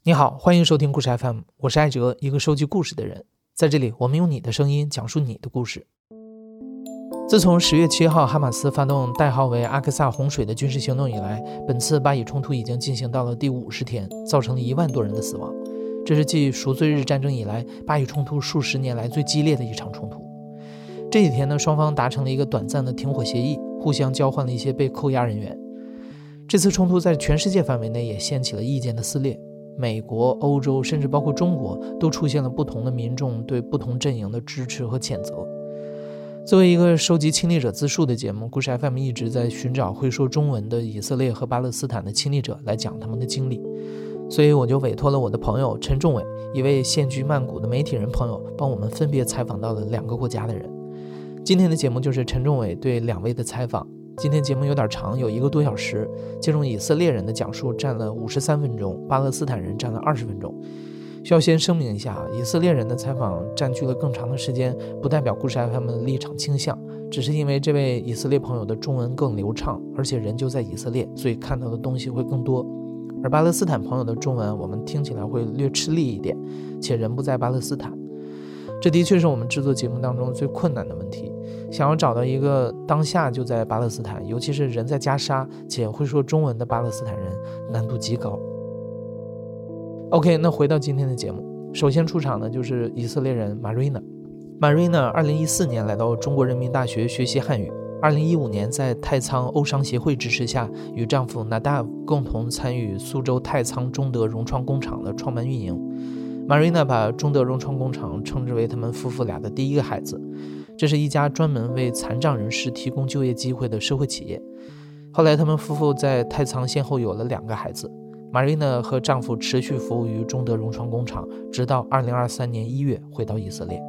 你好，欢迎收听故事 FM， 我是艾哲，一个收集故事的人。在这里，我们用你的声音讲述你的故事。自从10月7号哈马斯发动代号为阿克萨洪水的军事行动以来，本次巴以冲突已经进行到了第50天，造成了1万多人的死亡。这是继赎罪日战争以来，巴以冲突数十年来最激烈的一场冲突。这几天呢，双方达成了一个短暂的停火协议，互相交换了一些被扣押人员。这次冲突在全世界范围内也掀起了意见的撕裂。美国、欧洲甚至包括中国都出现了不同的民众对不同阵营的支持和谴责。作为一个收集亲历者自述的节目，故事 FM 一直在寻找会说中文的以色列和巴勒斯坦的亲历者来讲他们的经历，所以我就委托了我的朋友陈仲伟，一位现居曼谷的媒体人朋友，帮我们分别采访到了2个国家的人。今天的节目就是陈仲伟对2位的采访。今天节目有点长，有1个多小时，其中以色列人的讲述占了53分钟，巴勒斯坦人占了20分钟。需要先声明一下，以色列人的采访占据了更长的时间，不代表故事 FM 的立场倾向，只是因为这位以色列朋友的中文更流畅，而且人就在以色列，所以看到的东西会更多。而巴勒斯坦朋友的中文我们听起来会略吃力一点，且人不在巴勒斯坦。这的确是我们制作节目当中最困难的问题，想要找到一个当下就在巴勒斯坦，尤其是人在加沙且会说中文的巴勒斯坦人，难度极高。OK， 那回到今天的节目，首先出场的就是以色列人 Marina。 Marina 2014年来到中国人民大学学习汉语，2015年在太仓欧商协会支持下，与丈夫 Nadav 共同参与苏州太仓中德融创工厂的创办运营。Marina 把中德融创工厂称之为他们夫妇俩的第1个孩子，这是一家专门为残障人士提供就业机会的社会企业。后来他们夫妇在太仓先后有了2个孩子， Marina 和丈夫持续服务于中德融创工厂，直到2023年1月回到以色列。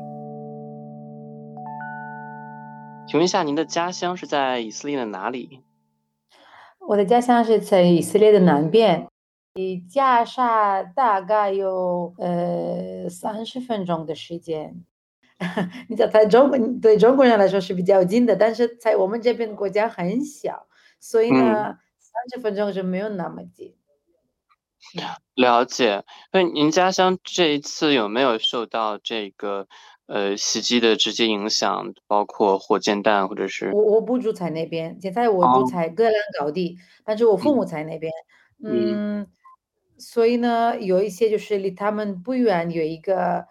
请问一下，您的家乡是在以色列的哪里？ 我的家乡是在以色列的南边，离加沙大概有30分钟的时间。你知道，对中国人来说是比较近的，但是在我们这边国家很小，所以呢，30分钟是没有那么近。 了解。那您家乡这一次有没有受到这个袭击的直接影响，包括火箭弹或者是？ 我不住在那边，现在我住在戈兰高地，但是我父母在那边。所以呢，有一些就是离他们不远有一个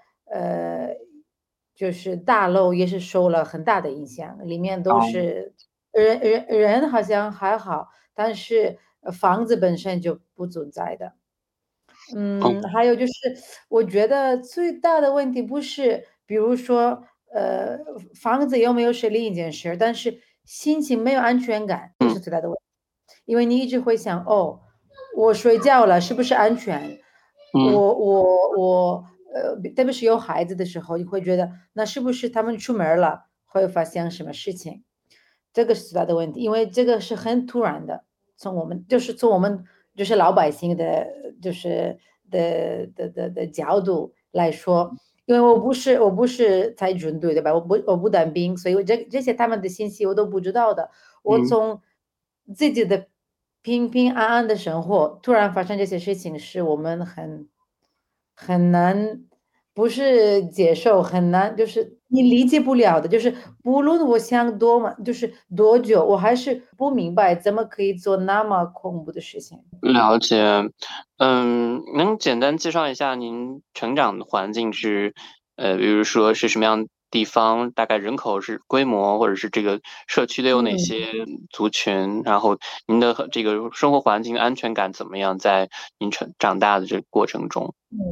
就是大楼，也是受了很大的影响，里面都是人好像还好，但是房子本身就不存在的。还有就是我觉得最大的问题不是比如说房子有没有是另一件事，但是心情没有安全感，这是最大的问题。因为你一直会想，我睡觉了是不是安全？特别是有孩子的时候，你会觉得那是不是他们出门了会发生什么事情？这个是最大的问题，因为这个是很突然的，从我们就是老百姓的就是的角度来说。因为我不是在军队对吧？我不当兵，所以这些他们的信息我都不知道的。我从自己的平平安安的生活，突然发生这些事情，是我们很难，不是接受，很难，就是你理解不了的。就是不论我想多么，就是多久，我还是不明白怎么可以做那么恐怖的事情。 了解。能简单介绍一下您成长的环境是比如说是什么样的地方，大概人口是规模，或者是这个社区都有哪些族群，然后您的这个生活环境安全感怎么样，在您长大的这个过程中？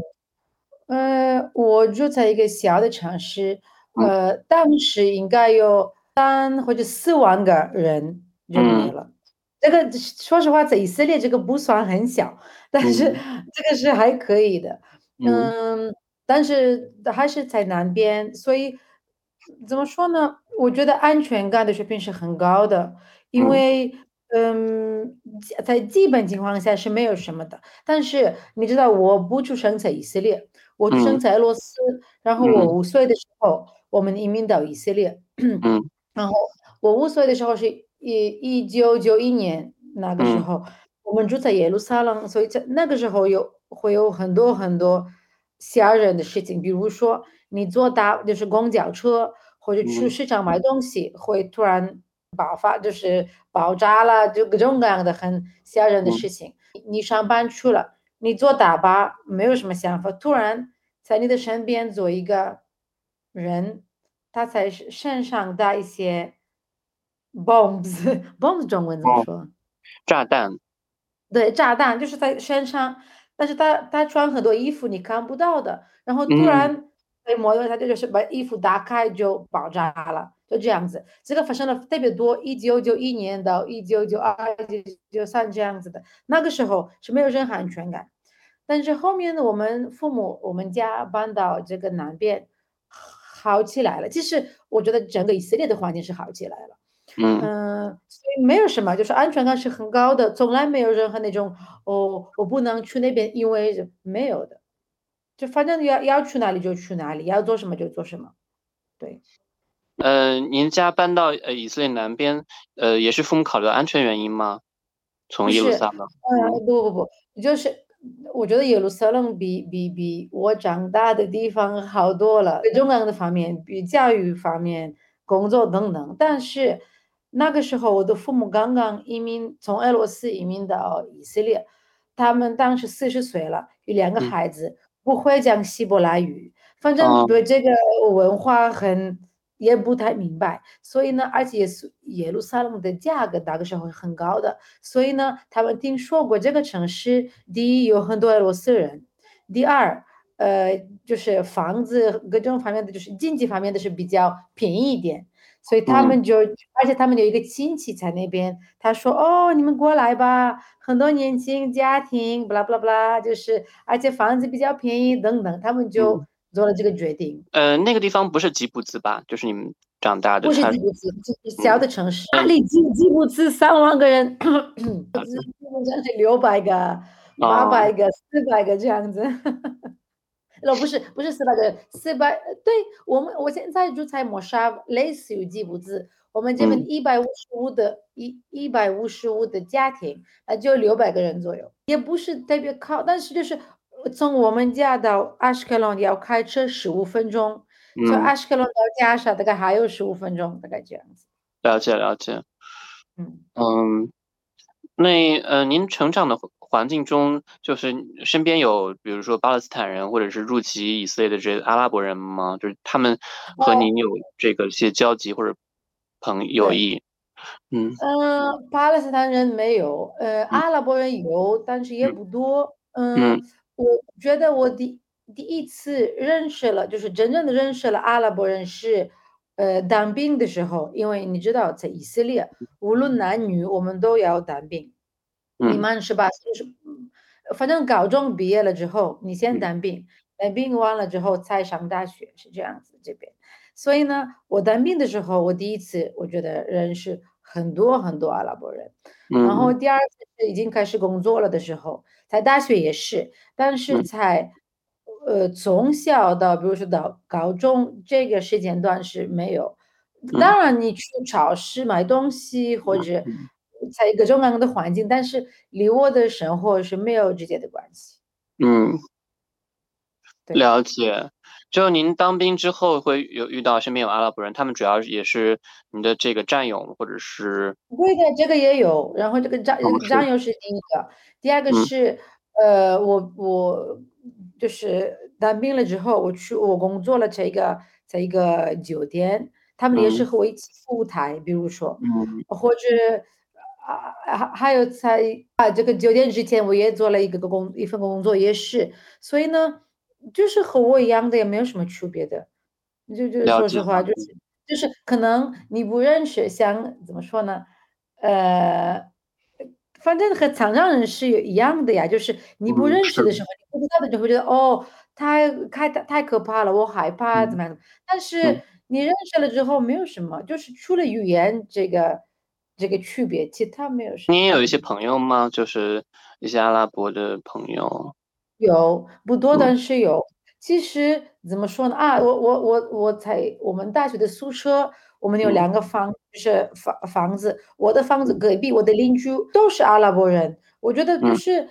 我住在一个小的城市，当时应该有3或者4万个人没了。这个说实话，在以色列这个不算很小，但是这个是还可以的。但是还是在南边，所以怎么说呢？我觉得安全感的水平是很高的，因为在基本情况下是没有什么的。但是你知道，我不出生在以色列，我出生在俄罗斯，然后我5岁的时候，我们移民到以色列。然后我5岁的时候是1991年，那个时候我们住在耶路撒冷，所以那个时候会有很多很多吓人的事情，比如说你坐就是公交车或者去嗯市场买东西，会突然爆发，就是爆炸了，就各种各样的很吓人的嗯事情。你上班去了，你坐大巴没有什么想法，突然在你的身边坐一个人，他在身上带一些 bombs 中文怎么哦， 说？ 炸弹。 对，炸弹就是在身上，但是他穿很多衣服你看不到的，然后突嗯然被摩托他就是把衣服打开就爆炸了，就这样子。这个发生了特别多，1991年到1992、1993这样子的，那个时候是没有任何安全感。但是后面呢，我们父母我们家搬到这个南边，好起来了。其实我觉得整个以色列的环境是好起来了。 嗯所以没有什么，就是安全感是很高的，从来没有任何那种我不能去那边，因为没有的，就反正要去哪里就去哪里，要做什么就做什么。对， 您家搬到以色列南边，也是父母考虑到安全原因吗？从耶路不是， 撒冷。嗯不，就是我觉得耶路撒冷比我长大的地方好多了，各种各样的方面，比教育方面、工作等等。但是那个时候，我的父母刚刚从俄罗斯移民到以色列，他们当时40岁了，有两个嗯孩子，不会讲希伯来语，反正哦对这个文化也不太明白，所以呢，而且耶路撒冷的价格那个时候很高的。所以呢，他们听说过这个城市，第一有很多俄罗斯人，第二，就是房子各种方面的，就是经济方面的是比较便宜一点，所以他嗯们而且他们有一个亲戚在那边，他说，哦，你们过来吧，很多年轻家庭，巴拉巴拉巴拉，就是而且房子比较便宜等等，他们就嗯做了这个决定。 那个地方不是吉布兹吧？就是你们长大的， 不是它吉布斯，是小嗯的城市。那里吉布斯3万个人， 了解基本上是600个、 哦 800个、400个这样子。不是400个，对，我现在住在摩沙，类似于吉布斯。我们这边嗯 155的家庭，就600个人左右，也不是特别靠，但是就是从我们家到阿什kelon 要开车15分钟，从嗯， 阿什kelon 到加沙大概还有15分钟，大概这样子。 了解了解。 嗯。 嗯，您成长的环境中，就是身边有比如说巴勒斯坦人或者是入籍以色列的这些阿拉伯人吗？就是他们和您有这个一些交集或者友对， 谊？嗯巴勒斯坦人没有， 嗯阿拉伯人有，但是也嗯不多。 嗯我觉得我第一次认识了，就是真正的认识了阿拉伯人是，当兵的时候，因为你知道，在以色列，无论男女，我们都要当兵。你嗯满18岁，就是反正高中毕业了之后，你先嗯当兵，当兵完了之后再上大学，是这样子这边。所以呢，我当兵的时候，我第一次我觉得认识很多很多阿拉伯人，然后嗯第二次是已经开始工作了的时候，在大学也是，但是嗯从小到比如说到高中这个时间段是没有。 嗯当然，你去超市买东西或者嗯在各种各样的环境，但是离我的生活是没有直接的关系。 嗯， 对。 了解。就您当兵之后会有遇到身边有阿拉伯人，他们主要也是您的这个战友或者是对的，这个也有。然后这个同事。 战友是第一个，第二个嗯是我就是当兵了之后，我工作了在一个酒店，他们也是嗯和我一起服务台，比如说， 嗯或者还有这个酒店之前，我也做了一份工作，也是，所以呢，就是和我一样的，也没有什么区别的。就是了解。 说实话，就是可能你不认识，怎么说呢？呃，反正和残障人是一样的呀，就是你不嗯是认识的时候，你不知道的时候会觉得哦，太可怕了，我害怕怎嗯么样？但嗯。 是你认识了之后没有什么，就是除了语言这个区别，其他没有什么。 你也有一些朋友吗？就是一些阿拉伯的朋友。 有，不多， 嗯但是有。其实怎么说呢？我们大学的宿舍，我们有嗯 2个就是房子。我的房子嗯隔壁，我的邻居都是阿拉伯人。我觉得就嗯是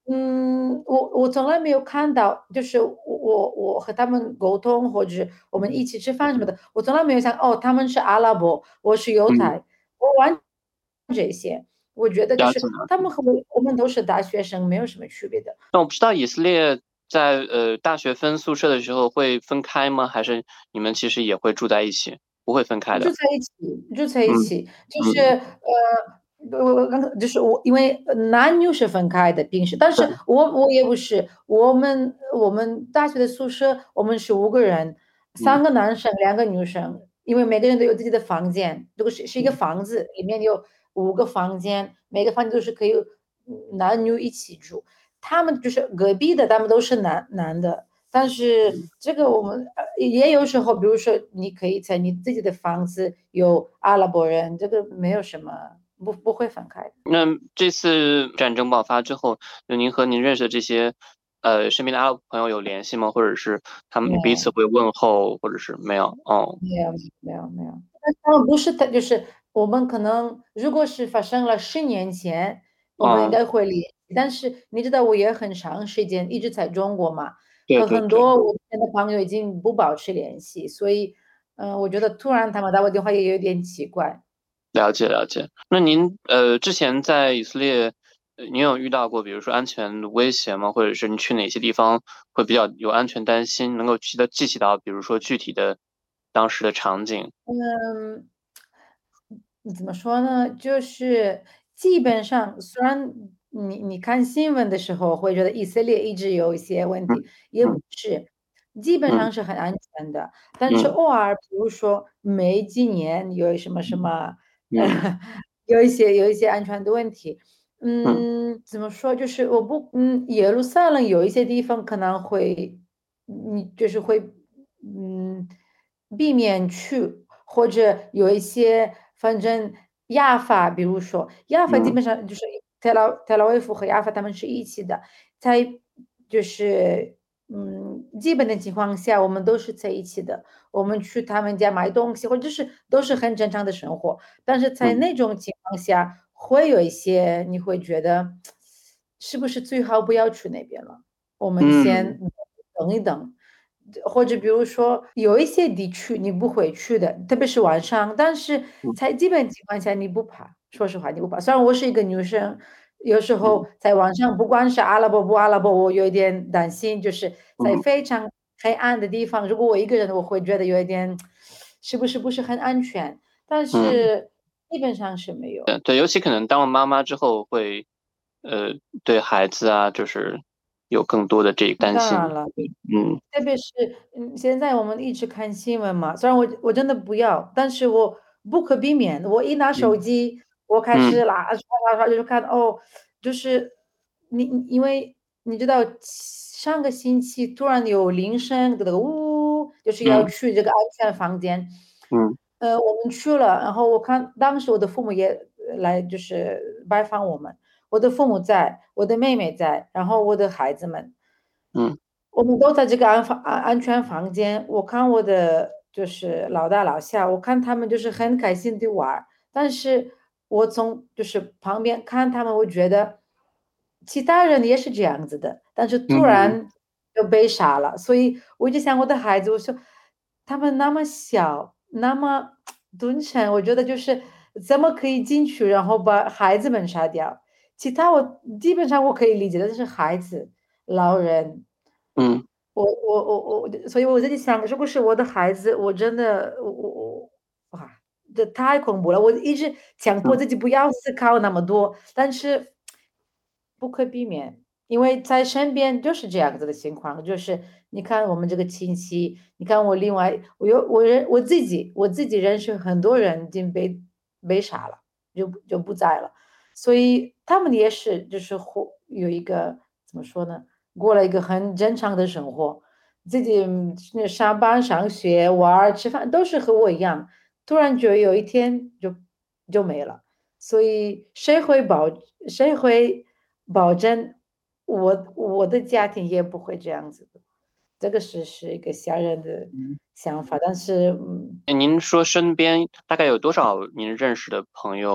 我从来没有看到，就是我和他们沟通，或者是我们一起吃饭什么的，我从来没有想哦，他们是阿拉伯，我是犹嗯， 太，我完这些，我觉得就了解是他们和我们都是大学生，没有什么区别的。 那我不知道以色列在大学分宿舍的时候会分开吗？还是你们其实也会住在一起，不会分开的？ 住在一起，住在一嗯起，就是嗯， 我刚刚就是我，因为男女是分开的平时，但是对， 我也不是，我们大学的宿舍，我们是5个人， 嗯 3个男生2个女生，因为每个人都有自己的房间，这个是一个嗯房子，里面有5个房间，每个房间都是可以男女一起住。他们就是隔壁的，他们都是男的，但是嗯。 这个我们也有时候，比如说你可以在你自己的房子有阿拉伯人，这个没有什么不会分开的。 那这次战争爆发之后，就您和您认识的这些身边的阿拉伯朋友有联系吗？或者是他们彼此没有， 会问候，或者是没有？哦， 没有，没有，没有。但他们不是他，就是我们可能如果是发生了10年前，我们应哦， 该会联系。但是你知道，我也很长时间一直在中国嘛，和很对对对。 多我之前的朋友已经不保持联系，所以，我觉得突然他们打我电话也有点奇怪。 了解了解。那您之前在以色列，您有遇到过比如说安全的威胁吗？或者是你去哪些地方会比较有安全担心，能够记起到，比如说具体的当时的场景？ 嗯，怎么说呢？就是基本上，虽然你看新闻的时候会觉得以色列一直有一些问题， 嗯也不嗯是，基本嗯上是很安全的。但是嗯偶尔，比如说每几年有什么什么，呃， 嗯有一些安全的问题。 嗯怎么说？就是我不，耶路撒冷有一些地方可能会，你就是会，嗯，避免去。或者有一些，反正亚法，比如说亚法基嗯本上就是特拉维夫和亚法他们是一起的，在就是基本的情况下，我们都是在一起的。我们去他们家买东西，或者是都是很正常的生活。但是在嗯那种情况下，会有一些你会觉得，是不是最好不要去那边了？我们先嗯等一等。或者比如说有一些地区你不会去的，特别是晚上，但是嗯在基本情况下你不怕，说实话你不怕。虽然我是一个女生，有时候嗯在晚上，不管是阿拉伯不阿拉伯，我有一点担心，就是在嗯非常黑暗的地方，如果我一个人，我会觉得有一点是不是很安全，但嗯。 是基本上是没有。 对，尤其可能当了妈妈之后会，呃，对孩子啊，就是有更多的这个担心。 当然了。 嗯特别是现在我们一直看新闻嘛，虽然我真的不要，但是我不可避免，我一拿手嗯机，我开嗯始刷，就是看哦，就是因为你知道上个星期突然有铃声，这个呜，就是要嗯去这个安全房间， 嗯我们去了，然后我看当时我的父母也来就是拜访我们，我的父母在，我的妹妹在，然后我的孩子们。 嗯我们都在这个安全房间，我看我的就是老大老小，我看他们就是很开心的玩儿，但是我从就是旁边看他们，我觉得其他人也是这样子的，但是突嗯然就被杀了，所以我就想我的孩子，我说他们那么小，那么dun沉，我觉得就是怎么可以进去，然后把孩子们杀掉？其他我基本上我可以理解的，但是孩子、老人。 嗯所以我在想，如果是我的孩子，我真的，哇，这太恐怖了！我一直强迫嗯自己不要思考那么多，但是不可避免，因为在身边就是这样子的情况，就是你看我们这个亲戚，你看我另外，我自己认识很多人已经被杀了，就不在了，所以他们也是就是有一个怎么说呢？过了一个很正常的生活，自己上班、上学、玩儿、吃饭都是和我一样，突然就有一天就没了。所以谁会保证我的家庭也不会这样子的？这个是一个吓人的嗯。 想法，但是您说身边大概有多少您认识的朋友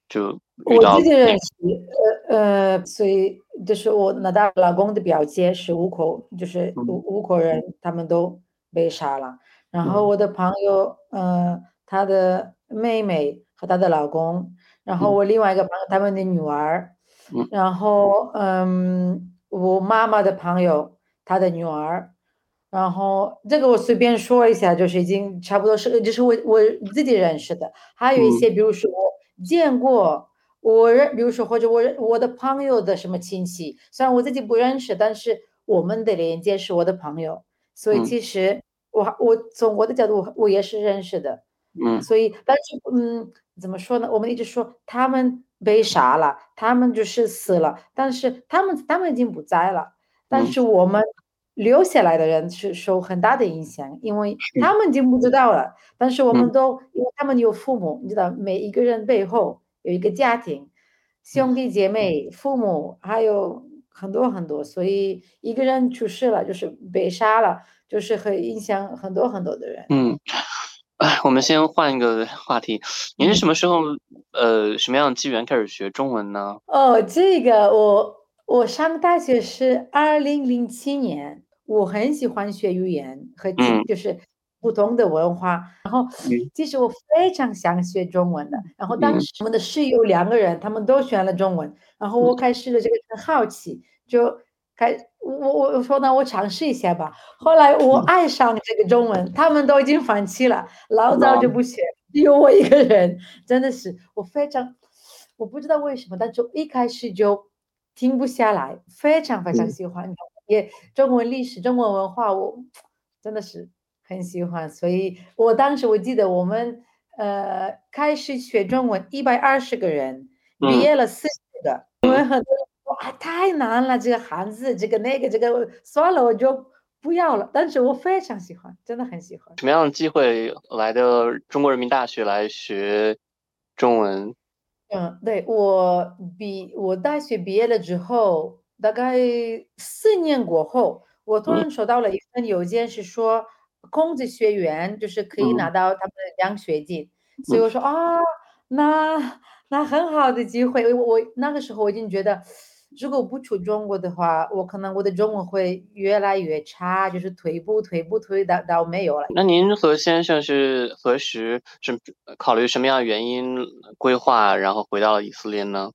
就遇我到自己认识，所以就是我拿到老公的表姐是五口，就是嗯五口人，他们都被杀了。然后嗯我的朋友，她的妹妹和她的老公，然后嗯我另外一个朋友他们的女儿， 嗯然后我妈妈的朋友她的女儿，然后这个我随便说一下，就是已经差不多是，就是我自己认识的，还有一嗯些，比如说我见过。比如说，或者我的朋友的什么亲戚，虽然我自己不认识，但是我们的连接是我的朋友，所以嗯其实我从我的角度，我也是认识的， 嗯所以但是怎么说呢？我们一直说他们被杀了，他们就是死了，但是他们已经不在了，但嗯是我们留下来的人是受很大的影响，因为是他们已经不知道了，但是我们嗯都因为他们有父母，你知道每一个人背后。有一个家庭，兄弟姐妹、父母，还有很多很多，所以一个人去世了，就是被杀了，就是会影响很多很多的人。 嗯。哎，我们先换一个话题。您是什嗯， 么时候什么样的机缘开始学中文呢？ 哦，这个我上大学是2007年，我很喜欢学语言和嗯就是不同的文化。 嗯其实我非常想学中文的，然后当嗯时我们的室友2个人，他们都选了中文，然后我开始了这个很好奇，就我说呢，我尝试一下吧。后来我嗯爱上这个中文，他们都已经放弃了，老早就嗯不学，只有我一个人，真的是我不知道为什么，但就一开始就停不下来，非常非常嗯喜欢，也中文历史、中文文化，我真的是很喜欢。所以我当时我记得我们开始学中文120个人，毕嗯业了40个，因为很多人说啊太难了，这个汉字，这个那个这个，算了，我就不要了。但是我非常喜欢，真的很喜欢。 什么样的机会来的中国人民大学来学中文？ 对，我大学毕业了之后，大概4年过后，我突嗯然收到了一份邮件，是说孔子学院就是可以拿嗯到他们的奖学金，所以嗯。 我说啊，那很好的机会，我那个时候我已经觉得，如果不出中国的话，我可能我的中文会越来越差，就是退步到没有了。 那您和先生是何时考虑什么样的原因规划，然后回到了以色列呢？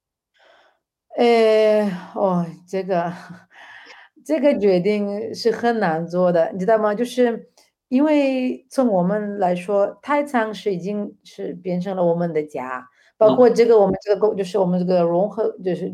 这个决定是很难做的，你知道吗？就是因为从我们来说，太仓是已经是变成了我们的家，包嗯括我们这个就是我们这个融合，就是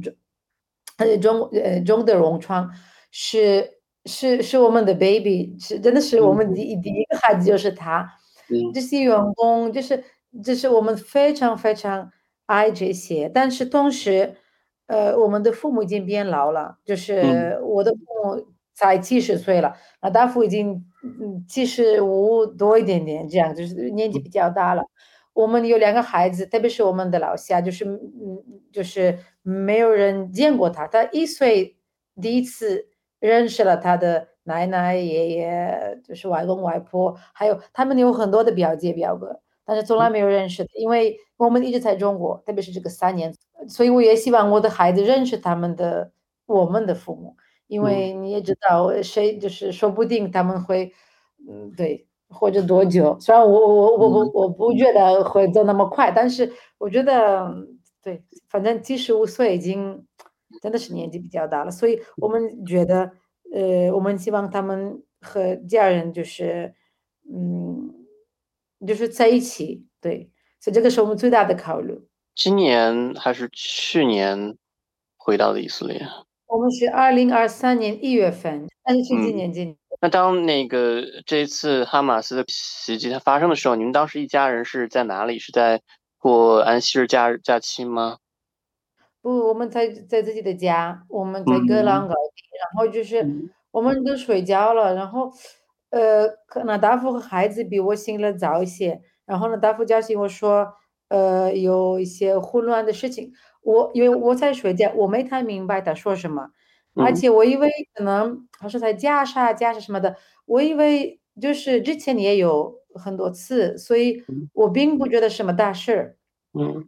中的融创是我们的 baby，真的是我们嗯第一个孩子就是他， 嗯这些员工就是我们非常非常爱这些，但是同时，我们的父母已经变老了，就嗯是我的父母才70岁了，那大父已经75多一点点，这样就是年纪比嗯较大了。我们有2个孩子，特别是我们的老夏，就是没有人见过他。他1岁第一次认识了他的奶奶、爷爷，就是外公外婆，还有他们有很多的表姐表哥，但是从来没有认识的，因为我们一直在中国，特别是这个3年，所以我也希望我的孩子认识我们的父母，因嗯为你也知道，谁就是说不定他们会，对。或者多久？虽然我不觉得会走那么快，但是我觉得对，反正75岁已经真的是年纪比较大了，所以我们觉得，我们希望他们和家人嗯，就是在一起，对，所以这个是我们最大的考虑。 今年还是去年回到的以色列？ 我们是2023年1月份，但是嗯， 今年。 那当这一次哈马斯的袭击它发生的时候，你们当时一家人是在哪里？是在过安息日假期吗？ 不，我们在自己的家，我们在戈嗯兰高地，然后就是嗯我们都睡觉了，然后可能大夫和孩子比我醒了早一些，然后呢，大夫叫醒我说，有一些混乱的事情，因为我在睡觉，我没太明白他说什么，而嗯且我以为可能他说在架势什么的，我以为就是之前也有很多次，所以嗯我并不觉得什么大事儿。 嗯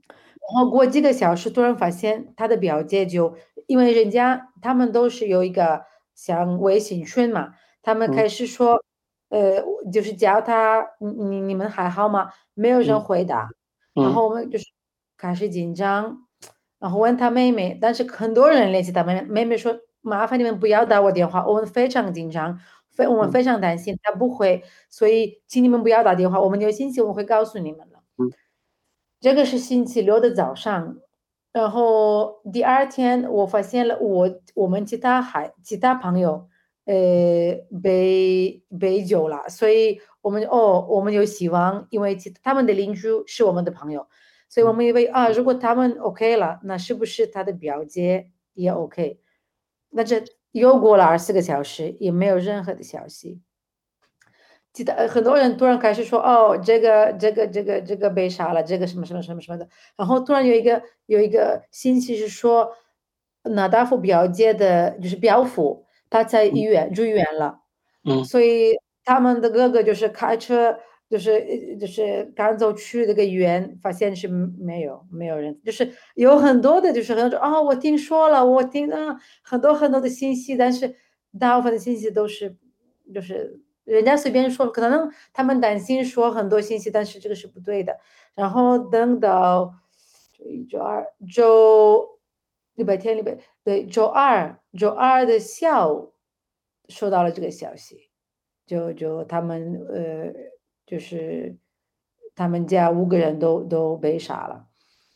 然后过几个小时，突然发现他的表姐就，因为人家他们都是有一个像微信群嘛，他们嗯开始说，就是叫他，你们还好吗？没有人嗯回答，然嗯后我们就是开始紧张，然后问他妹妹，但是很多人联系他妹妹，妹妹说麻烦你们不要打我电话，我们非常紧张，我们嗯非常担心他不回，所以请你们不要打电话，我们有信息我们会告诉你们的。 嗯这个是星期六的早上，然后第二天我发现了我们其他朋友，被救了，所以我们有希望，因为他们的邻居是我们的朋友，所以我嗯们以为如果他们 OK 了，那是不是他的表姐也 OK？那这又过了24个小时，也没有任何的消息。很多人突然开始说，哦，这个被杀了，这个什么什么什么什么的，然后突然有一个信息是说，纳达夫表姐的就是表父，他在医院住院了， 嗯所以他们的哥哥就是开车，就是赶走去那个医院，发现是没有人，就是有很多的，就是很多我听说了，我听很多很多的信息，但是大部分的信息都是就是人家随便说，可能他们担心说很多信息，但是这个是不对的。然后等到周一、周二、礼拜天、对，周二的下午收到了这个消息，就他们就是他们家5个人都被杀了。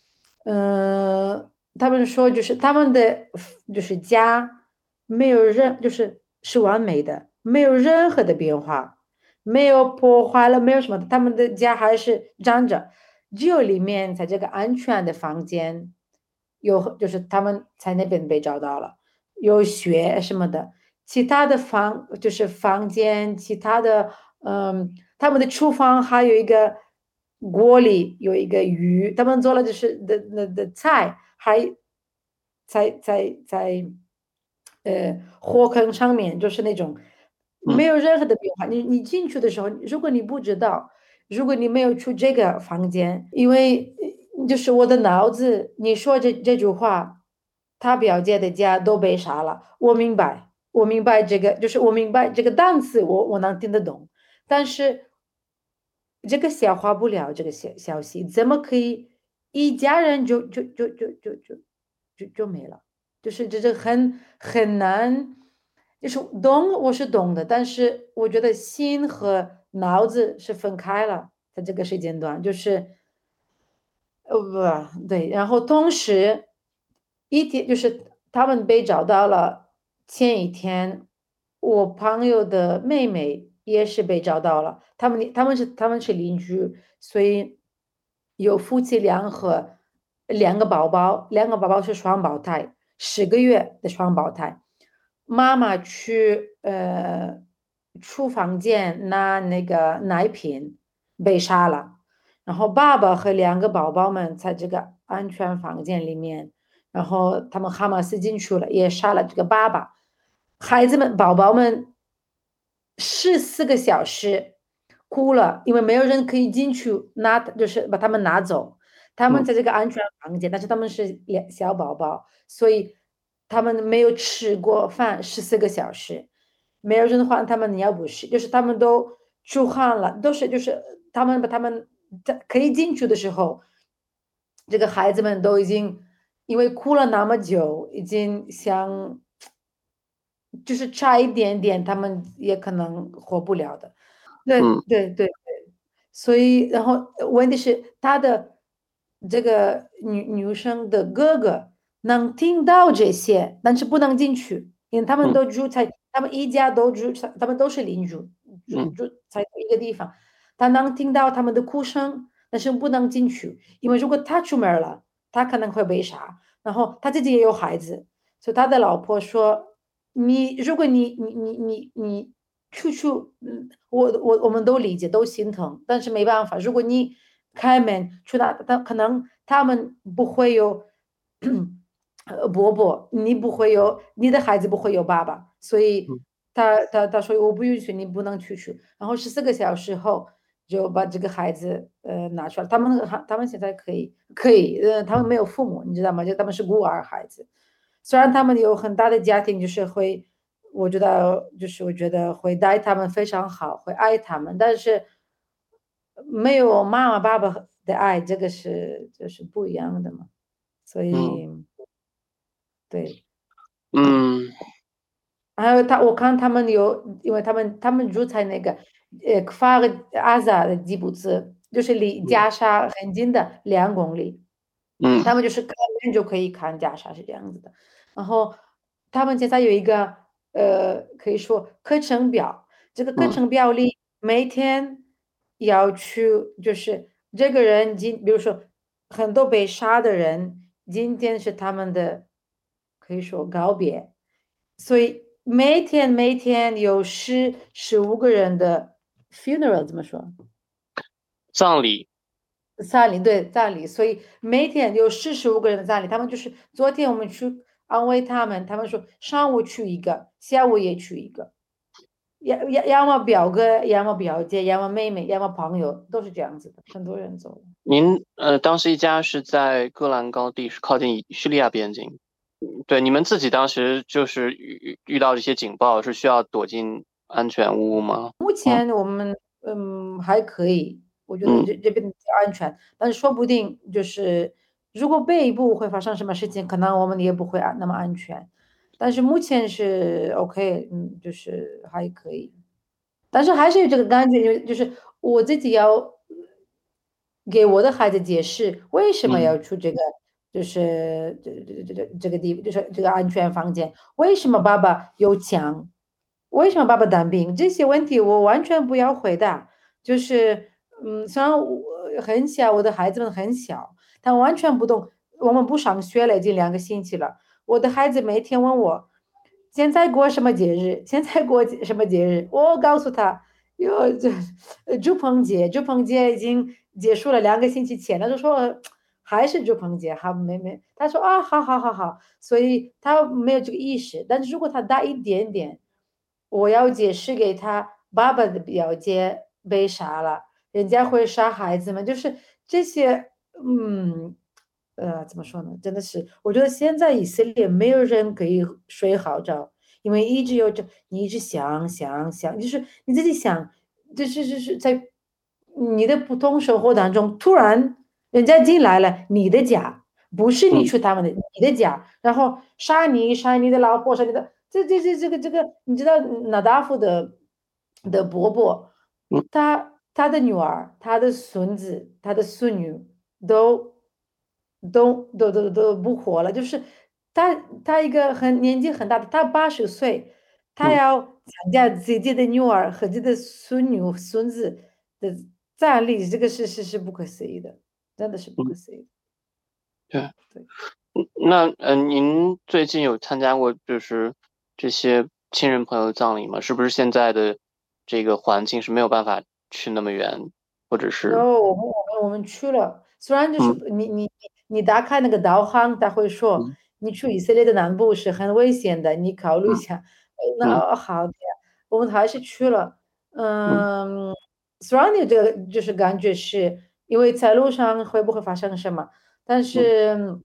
他们说就是他们的就是家没有是完美的，没有任何的变化，没有破坏了，没有什么，他们的家还是站着，只有里面在这个安全的房间就是他们在那边被找到了，有血什么的，其他的就是房间，其他的他们的厨房还有一个锅里有一个鱼，他们做了就是的菜，还在火坑上面，就是那种没嗯有任何的变化。你进去的时候，如果你不知道，如果你没有去这个房间，因为就是我的脑子，你说这句话，他表姐的家都被杀了，我明白，我明白这个，就是我明白这个单词，我能听得懂。但是这个消化不了这个消息，怎么可以一家人就没了？就是这很难，就是懂我是懂的，但是我觉得心和脑子是分开了，在这个时间段，就是不对，然后同时一天就是他们被找到了，前一天我朋友的妹妹也是被找到了，他们是邻居，所以有夫妻俩和两个宝宝是双胞胎，10个月的双胞胎，妈妈去厨房间拿那个奶瓶被杀了。然后爸爸和2个宝宝们在这个安全房间里面，然后他们哈马斯进去了，也杀了这个爸爸。孩子们、宝宝们14个小时哭了，因为没有人可以进去拿，就是把他们拿走。他们嗯在这个安全房间，但是他们是小宝宝，所以他们没有吃过饭14个小时，没有人换他们尿不湿，就是他们都出汗了，都是就是他们把他们在可以进去的时候，这个孩子们都已经因为哭了那么久，已经想就是差一点点，他们也可能活不了的。对嗯对对对，所以然后问题是他的这个女生的哥哥能听到这些，但是不能进去，因为嗯他们一家都住在，他们都是邻居， 嗯住在一个地方，他能听到他们的哭声，但是不能进去，因为如果他出门了，他可能会被杀，然后他自己也有孩子，所以他的老婆说。如果你处处，我们都理解，都心疼，但是没办法，如果你开门去那，可能他们不会有伯伯，你的孩子不会有爸爸，所以嗯他说我不允许你不能出去，然后14个小时后， 就把这个孩子拿出来。他们现在可以他们没有父母，你知道吗？就他们是孤儿孩子，虽然他们有很大的家庭，就是会，我觉得会待他们非常好，会爱他们，但是没有妈妈爸爸的爱，这个就是不一样的嘛。所以对。 嗯还有我看他们有，因为他们住在那个Kfar Aza 的吉布斯，就是离加沙很近的2公里， 嗯他们就是开远就可以看加沙是这样子的。然后他们现在有一个可以说课程表，这个课嗯程表里每天要去，就是这个人比如说很多被杀的人，今天是他们的可以说告别。所以每天有15个人的 funeral 怎么说？ 葬礼。 葬礼，对，葬礼。所以每天有45个人的葬礼。他们就是昨天我们去安慰他们，他们说上午去一个，下午也去一个，要么表哥，要么表姐，要么妹妹，要么朋友，都是这样子的。很多人走了。 您当时一家是在戈兰高地，是靠近叙利亚边境。对，你们自己当时就是遇到这些警报，是需要躲进安全屋吗？ 目嗯前我们还可以，我觉得嗯这边比较安全，但是说不定就是如果背部会发生什么事情，可能我们也不会那么安全。但是目前是 OK，就是还可以，但是还是有这个感觉，就是我自己要给我的孩子解释为什么嗯要出这个，就是这个就是这个安全房间，为什么爸爸有枪，为什么爸爸当兵，这些问题我完全不要回答。就是虽然我很小，我的孩子们很小，他完全不懂。我们不上学了，已经2个星期了。我的孩子每天问我现在过什么节日，现在过什么节日，我告诉他。朱鹏节已经结束了2个星期前，他就说还是朱鹏节，好没，他说啊，好好好好，所以他没有这个意识。但是如果他大一点点，我要解释给他，爸爸的表姐被杀了，人家会杀孩子们，就是这些，怎么说呢？真的是，我觉得现在以色列没有人可以睡好觉。因为一直有着你一直想，就是你自己想，就是在你的普通生活当中，突然人家进来了你的家，不是你嗯去他们的你的家，然后杀你的老婆，杀你的这个，你知道纳达夫的伯伯， 嗯他的女儿、他的孙子、他的孙女都都不活了，就是他一个年纪很大的，他80岁，他嗯要参加自己的女儿和自己的孙女、孙子的葬礼，这个是不可思议的，真的是不可嗯， 思议。 对。 对。 那您最近有参加过就是这些亲人朋友的葬礼吗？是不是现在的这个环境是没有办法去那么远，或者是然后我们去了，虽然就是嗯你打开那个导航，他会说嗯你去以色列的南部是很危险的，你考虑一嗯下。 嗯那好的呀，我们还是去了。 嗯虽然你这个就是感觉是因为在路上会不会发生什么，但嗯是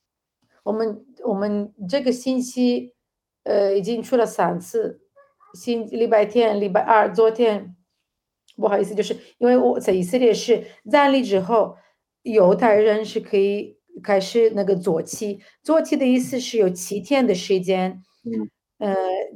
我们这个星期已经去了3次，礼拜天、礼拜二，昨天不好意思，就是因为我在以色列是站立之后，犹太人是可以开始那个做期，做期的意思是有7天的时间， 嗯呃，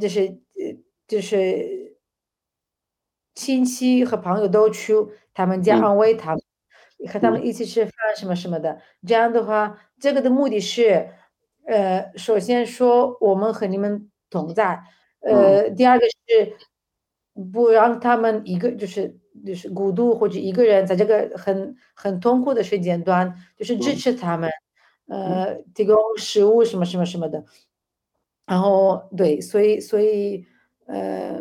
就是亲戚和朋友都去他们家嗯安慰他们，和他嗯们一起吃饭什么什么的。这样的话，这个的目的是，首先说我们和你们同在， 嗯第二个是不让他们就是孤独或者一个人在这个很痛苦的时间段，就是支嗯持他们， 嗯提供食物什么什么什么的。然后对，所以，呃，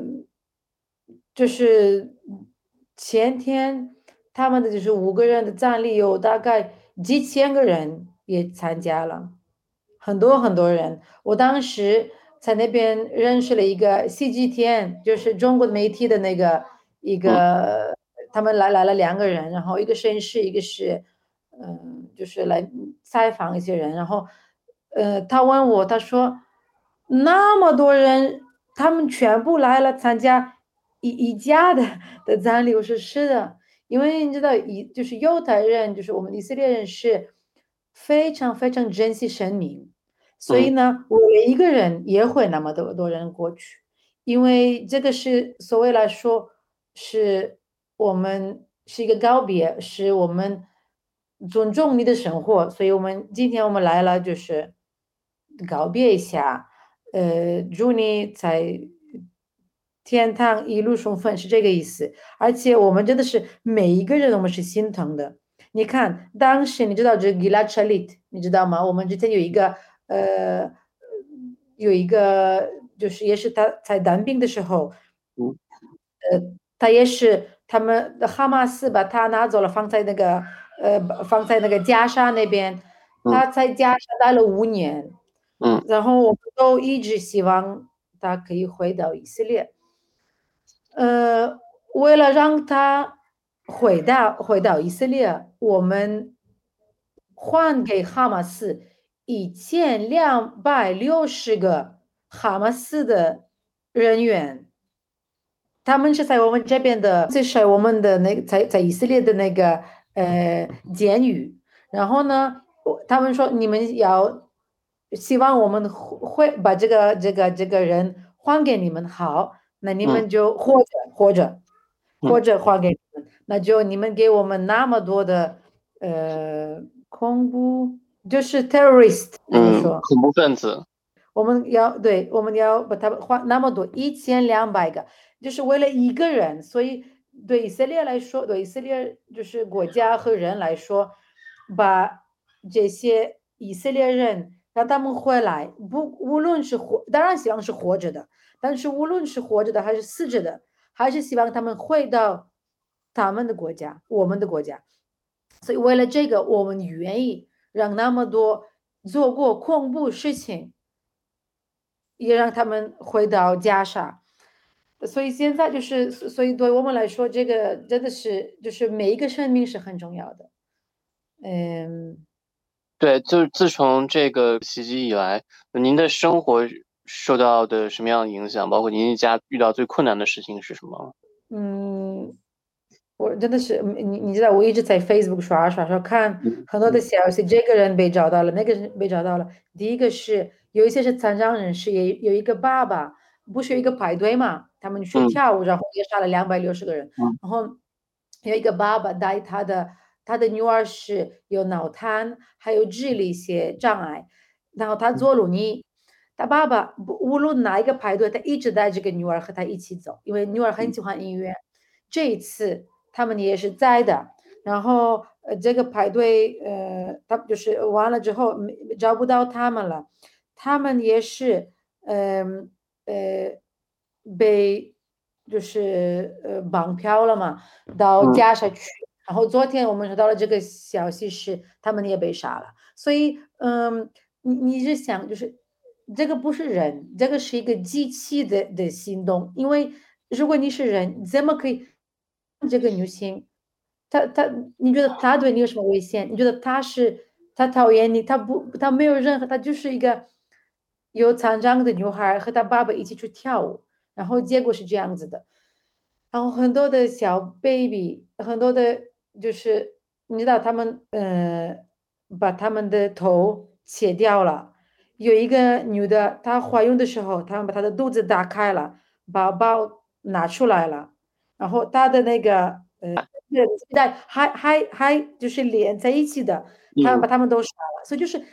就是前天他们的就是5个人的葬礼，有大概几千个人也参加了，很多很多人。我当时在那边认识了一个 CGTN，就是中国媒体的那个一嗯个他们来了2个人，然后一个摄影师，一个是就是来采访一些人，然后他问我，他说那么多人，他们全部来了参加一家的葬礼。我说是的，因为你知道就是犹太人，就是我们以色列人是非常非常珍惜生命，所以呢，我一个人也会那么多人过去，因为这个是所谓来说是我们是一个告别，是我们尊重你的生活，所以今天我们来了就是告别一下，祝你在天堂一路顺风是这个意思。而且我们真的是每一个人我们是心疼的。你看，当时你知道这 Gilad Shalit，你知道吗？我们之前有一个就是也是他在当兵的时候，他也是他们的哈马斯把他拿走了，放在那个加沙那边，他在加沙待了5年，然后我们都一直希望他可以回到以色列，为了让他回到以色列，我们换给哈马斯1260个哈马斯的人员。他们是在我们这边的，这是我们的那个在以色列的那个监狱。然后呢，他们说你们希望我们会把这个人还给你们，好，那你们就或者还给你们，那就你们给我们那么多的恐怖，就是 terrorist，怎么说？ 恐怖分子。 我们要把他们花那么多1200个，就是为了一个人，所以对以色列来说，对以色列就是国家和人来说，把这些以色列人让他们回来，无论是当然希望是活着的，但是无论是活着的还是死着的，还是希望他们回到他们的国家，我们的国家。所以为了这个，我们愿意让那么多做过恐怖事情。也让他们回到加沙，所以现在所以对我们来说，这个真的是就是每一个生命是很重要的。 对，就是自从这个袭击以来，您的生活受到的什么样的影响？包括您一家遇到最困难的事情是什么？ 我真的是你知道，我一直在 Facebook 刷看很多的消息，这个人被找到了，那个人被找到了。第一个是有一些是残障人士，也有一个爸爸，不是有一个派对嘛，他们去跳舞，然后也杀了260个人，然后有一个爸爸带他的女儿是有脑瘫，还有智力一些障碍，然后他坐轮椅。他爸爸无论哪一个派对，他一直带这个女儿和他一起走，因为女儿很喜欢音乐。这一次他们也是在的，然后这个排队他就是完了之后找不到他们了，他们也是被就是绑票了嘛，到加沙去。然后昨天我们收到了这个消息是他们也被杀了，所以你是想就是这个不是人，这个是一个机器的行动，因为如果你是人，怎么可以这个女性，你觉得她对你有什么危险？你觉得她讨厌你？她没有任何，她就是一个有残障的女孩和她爸爸一起去跳舞，然后结果是这样子的，然后很多的小 baby，很多的就是你知道他们把他们的头切掉了，有一个女的她怀孕的时候，他们把她的肚子打开了，宝宝拿出来了。然后他的那个还就是连在一起的，他们把他们都杀了，所以就是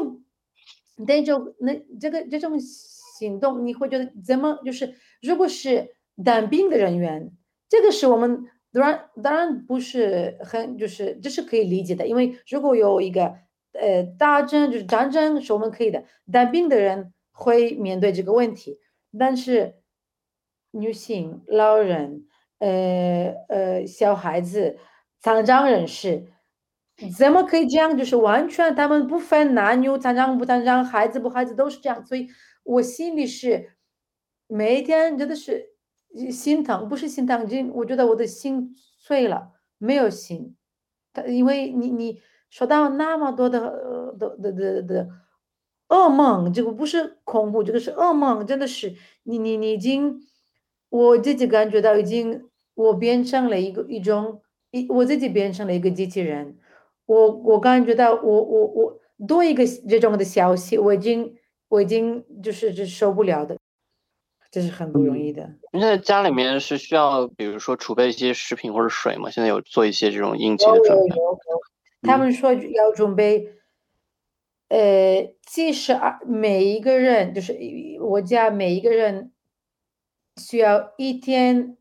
这种行动，你会觉得怎么就是如果是当兵的人员，这个是我们当然不是很就是这是可以理解的，因为如果有一个大战就是战争是我们可以的，当兵的人会面对这个问题，但是女性、老人。小孩子、残障人士，怎么可以这样？就是完全他们不分男女，残障不残障，孩子不孩子都是这样。所以我心里是每一天真的是心疼，不是心疼，我觉得我的心睡了，没有醒。因为你说到那么多的噩梦，这个不是恐怖，这个是噩梦，真的是你已经，我自己感觉到已经，我变成了我自己变成了一个机器人，我感觉到我多一个这种的消息，我已经就是受不了的，这是很不容易的。 现在家里面是需要，比如说储备一些食品或者水吗？现在有做一些这种应急的准备。 他们说要准备，每一个人就是我家每一个人需要一天，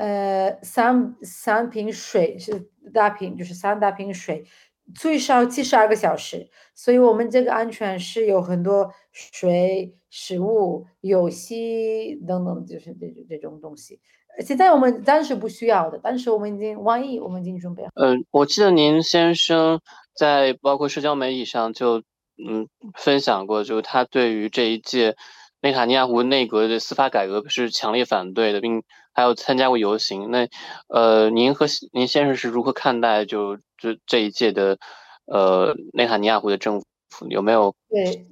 三瓶水是大瓶，就是3大瓶水，最少72个小时。所以我们这个安全是有很多水、食物、有息等等，就是这种东西。现在我们暂时不需要的，但是万一我们已经准备好。 我记得您先生在包括社交媒体上就分享过，就是他对于这一届内塔尼亚胡内阁的司法改革是强烈反对的，并还有参加过游行。那您和您先生是如何看待这一届的内塔尼亚胡的政府？有没有？ 对，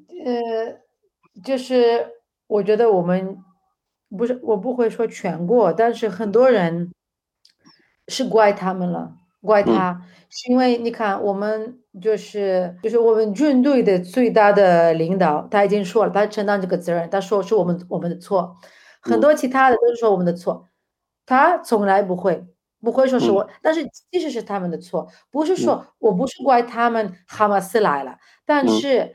就是我觉得不是，我不会说全过，但是很多人是怪他们了，怪他，是因为你看，我们就是我们军队的最大的领导，他已经说了，他承担这个责任，他说是我们的错，很多其他的都是说我们的错，他从来不会说是我，但是即使是他们的错，不是说我不是怪他们哈马斯来了。但是，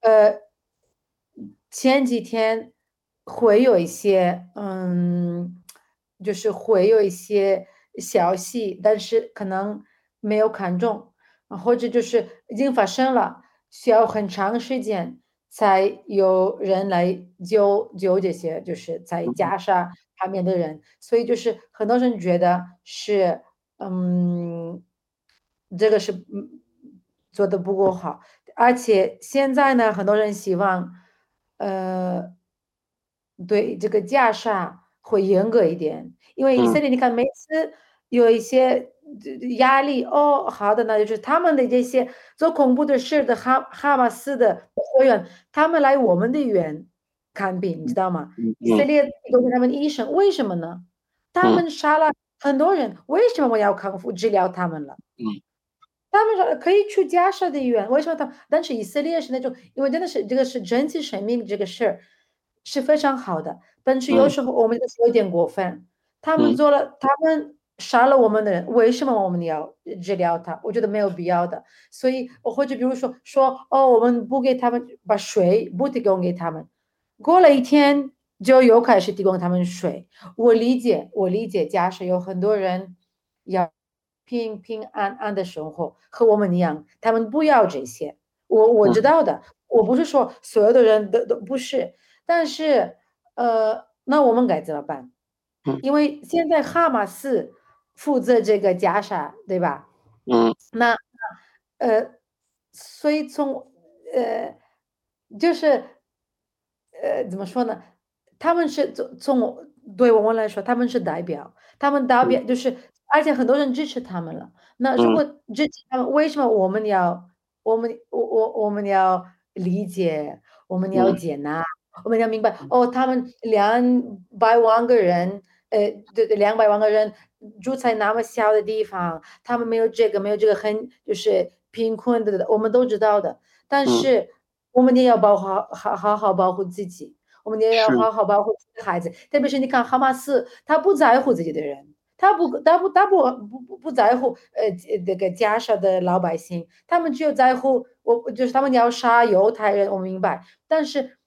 前几天会有一些，就是会有一些消息，但是可能没有看中，或者就是已经发生了，需要很长时间才有人来救这些，就是在加沙旁边的人，所以就是很多人觉得是，嗯，这个是做的不够好。而且现在呢，很多人希望，呃，对这个加沙会严格一点，因为以色列，你看每次有一些压力，哦，好的呢，就是他们的这些做恐怖的事的哈马斯的会员，他们来我们的医院看病，你知道吗？以色列提供给他们医生，为什么呢？他们杀了很多人，为什么我要康复治疗他们了？他们说可以去加沙的医院，为什么但是以色列是那种，因为真的是这个是珍惜生命这个事儿是非常好的，但是有时候我们就是有点过分。他们杀了我们的人，为什么我们要治疗他？我觉得没有必要的。所以，或者比如说哦，我们不给他们把水不提供给他们，过了一天就又开始提供他们水。我理解，加沙有很多人要平平安安的生活，和我们一样，他们不要这些。我知道的，我不是说所有的人都不是，但是那我们该怎么办？因为现在哈马斯负责这个加沙，对吧？那呃，所以呃，就是怎么说呢？他们是对我们来说，他们是代表，他们代表就是，而且很多人支持他们了。那如果支持他们，为什么我们要理解，我们要接纳，我们要明白哦，他们200万个人，对对，200万个人住在那么小的地方，他们没有这个很就是贫困的，我们都知道的。但是我们也要好好保护自己，我们也要好好保护自己的孩子。特别是你看哈马斯，他不在乎自己的人，他不在乎这个加沙的老百姓，他们只有在乎就是他们要杀犹太人，我明白。但是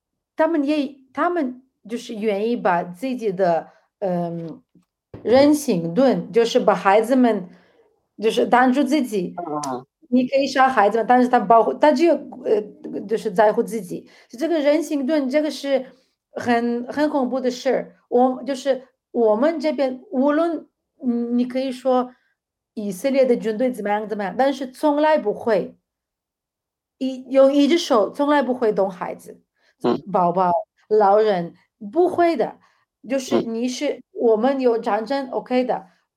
他们就是愿意把自己的人性盾，就是把孩子们就是当住自己。你可以杀孩子们，但是他只有就是在乎自己。这个人性盾，这个是很恐怖的事儿。我们这边，无论你可以说以色列的军队怎么样，但是从来不会用一只手，从来不会动孩子、宝宝、老人，不会的。就是我们有战争，OK 的。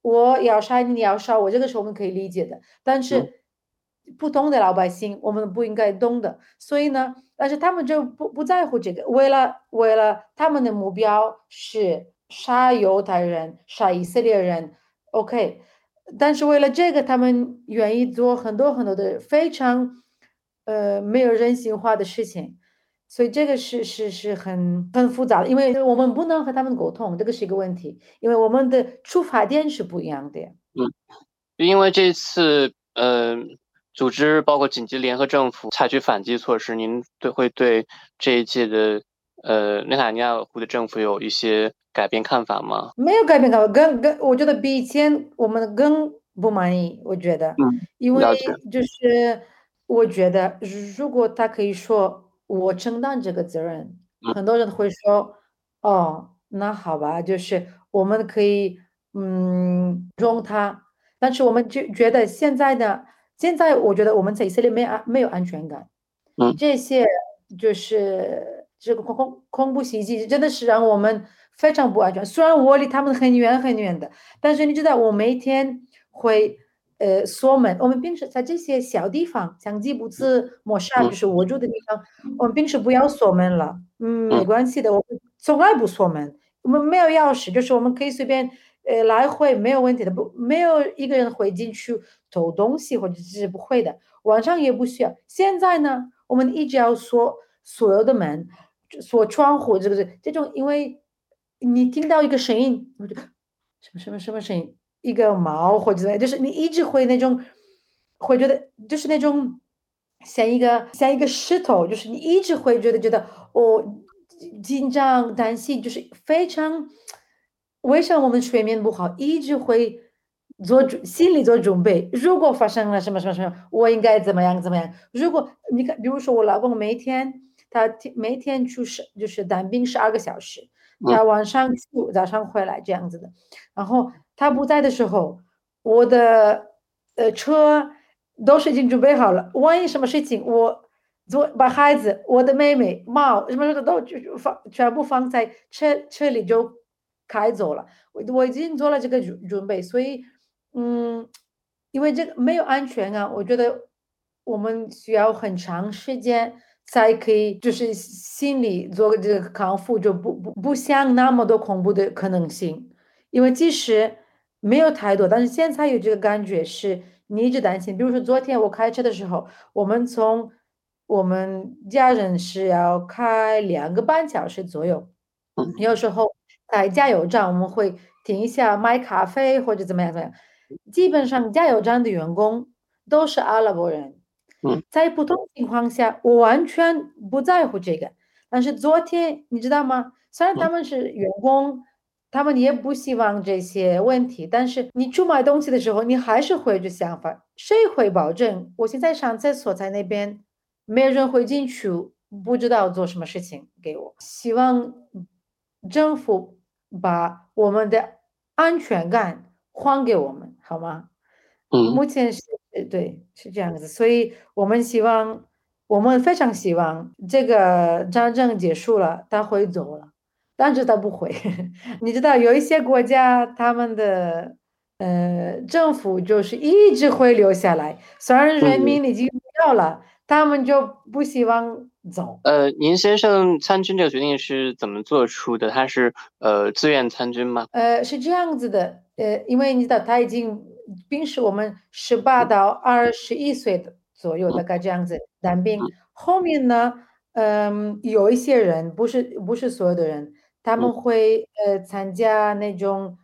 我要杀你，你要杀我，这个是我们可以理解的。但是普通的老百姓，我们不应该懂的。所以呢，但是他们就不在乎这个，为了他们的目标是杀犹太人、杀以色列人，OK。但是为了这个，他们愿意做很多很多的非常没有人性化的事情。所以这个是很复杂的，因为我们不能和他们沟通，这个是一个问题，因为我们的出发点是不一样的。 因为这次组织包括紧急联合政府采取反击措施，您会对这一届的内塔尼亚胡的政府有一些改变看法吗？ 没有改变看法，我觉得比以前我们更不满意。我觉得，因为就是我觉得，如果他可以说我承担这个责任，很多人会说，哦，那好吧，就是我们可以容他。但是我们就觉得现在我觉得我们在以色列没有安全感。这些就是这个恐怖袭击真的是让我们非常不安全。虽然我离他们很远很远的，但是你知道我每天会锁门。我们平时在这些小地方，像基布兹、摩沙，就是我住的地方，我们平时不要锁门了。没关系的，我们从来不锁门，我们没有钥匙，就是我们可以随便来回，没有问题的，没有一个人会进去偷东西或者是不会的，晚上也不需要。现在呢？我们一直要锁所有的门，锁窗户，这种，因为你听到一个声音，什么声音，一个猫或者就是你一直会那种，会觉得就是那种像一个石头，就是你一直会觉得紧张担心，就是非常。为什么我们睡眠不好，一直会心理做准备？如果发生了什么，我应该怎么样怎么样？如果你看，比如说我老公每天就是当兵12个小时，他晚上去，早上回来这样子的。然后他不在的时候，我的车都是已经准备好了，万一什么事情，把孩子、我的妹妹、猫什么的都就全部放在车里就开走了。我已经做了这个准备，所以因为这个没有安全啊，我觉得我们需要很长时间才可以，就是心理做这个康复，就不像那么多恐怖的可能性。因为即使没有太多，但是现在有这个感觉是你一直担心。比如说昨天我开车的时候，我们家人是要开2个半小时左右，有时候在加油站我们会停一下买咖啡或者怎么样怎么样。基本上加油站的员工都是阿拉伯人。在普通情况下，我完全不在乎这个。但是昨天你知道吗？虽然他们是员工，他们也不希望这些问题，但是你去买东西的时候，你还是会有这想法：谁会保证我现在上厕所在那边，没有人会进去，不知道做什么事情给我？希望政府把我们的安全感还给我们，好吗？目前对，是这样子，所以我们非常希望这个战争结束了，他会走了，但是他不会。你知道，有一些国家他们的政府就是一直会留下来，虽然人民已经不要了，他们就不希望走。 您先生参军这个决定是怎么做出的？他是自愿参军吗？ 是这样子的，因为你知道他已经平时我们18到21岁的左右，大概这样子当兵。后面呢，有一些人不是所有的人，他们会参加那种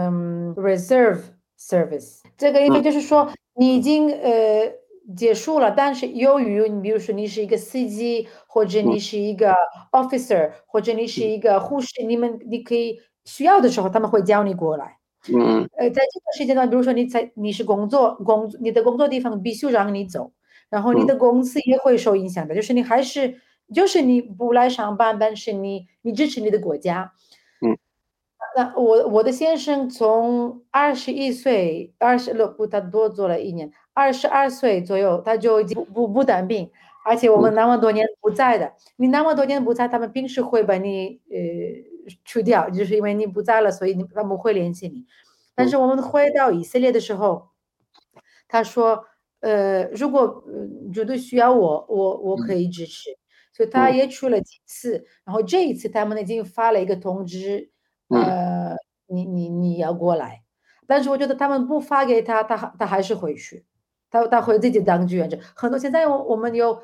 reserve service。这个意思就是说你已经结束了，但是由于你比如说你是一个司机，或者你是一个 officer，或者你是一个护士，你可以需要的时候他们会叫你过来。在这个时间段，比如说你是你的工作地方必须让你走，然后你的公司也会受影响的，就是你不来上班，但是你支持你的国家。那我的先生从21岁他多做了1年，22岁左右他就已经不当兵，而且我们那么多年不在的，你那么多年不在，他们平时会把你去掉，就是因为你不在了，所以他们会联系你。 但是我们回到以色列的时候，他说，如果绝对需要我可以支持，所以他也去了几次，然后这一次他们已经发了一个通知，你要过来，但是我觉得他们不发给他，他还是回去，他会自己当志愿者。很多现在我们有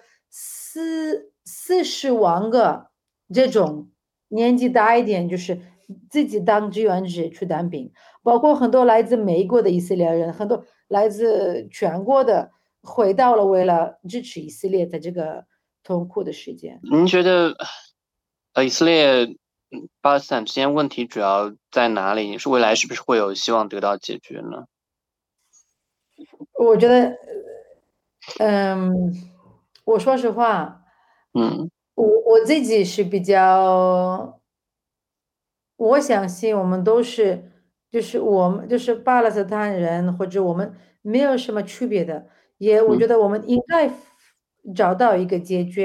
40万个这种年纪大一点，就是自己当志愿者去当兵，包括很多来自美国的以色列人，很多来自全国的回到了，为了支持以色列在这个痛苦的时间。 您觉得以色列、巴勒斯坦之间问题主要在哪里？是未来是不是会有希望得到解决呢？ 我觉得，我说实话，我自己是比较，我相信我们都是，就是我们就是巴勒斯坦人，或者我们没有什么区别的，我觉得我们应该找到一个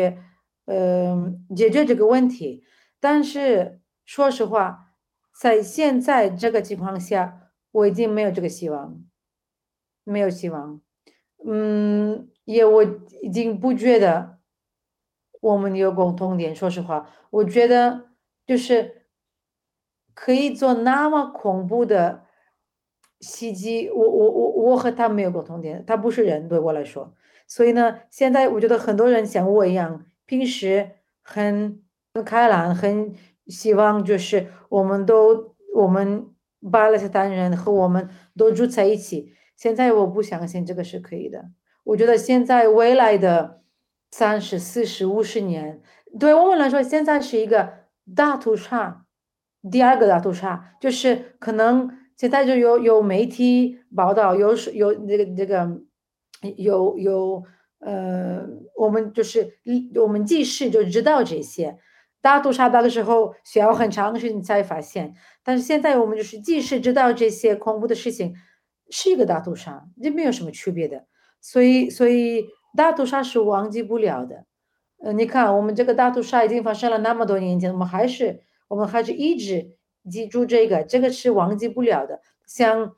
解决这个问题。但是说实话，在现在这个情况下，我已经没有这个希望，没有希望。我已经不觉得我们有共同点。说实话，我觉得就是可以做那么恐怖的袭击，我和他没有共同点，他不是人，对我来说。所以呢，现在我觉得很多人像我一样，平时很开朗，很希望就是我们巴勒斯坦人和我们都住在一起。现在我不相信这个是可以的。我觉得现在未来的30、40、50年，对我们来说，现在是一个大屠杀，第二个大屠杀，就是可能现在就有媒体报道，有这个有我们就是我们记事就知道这些。大屠杀那个时候需要很长时间才发现，但是现在我们就是即使知道这些恐怖的事情是一个大屠杀，这没有什么区别的。所以大屠杀是忘记不了的。你看，我们这个大屠杀已经发生了那么多年前，我们还是一直记住这个是忘记不了的。像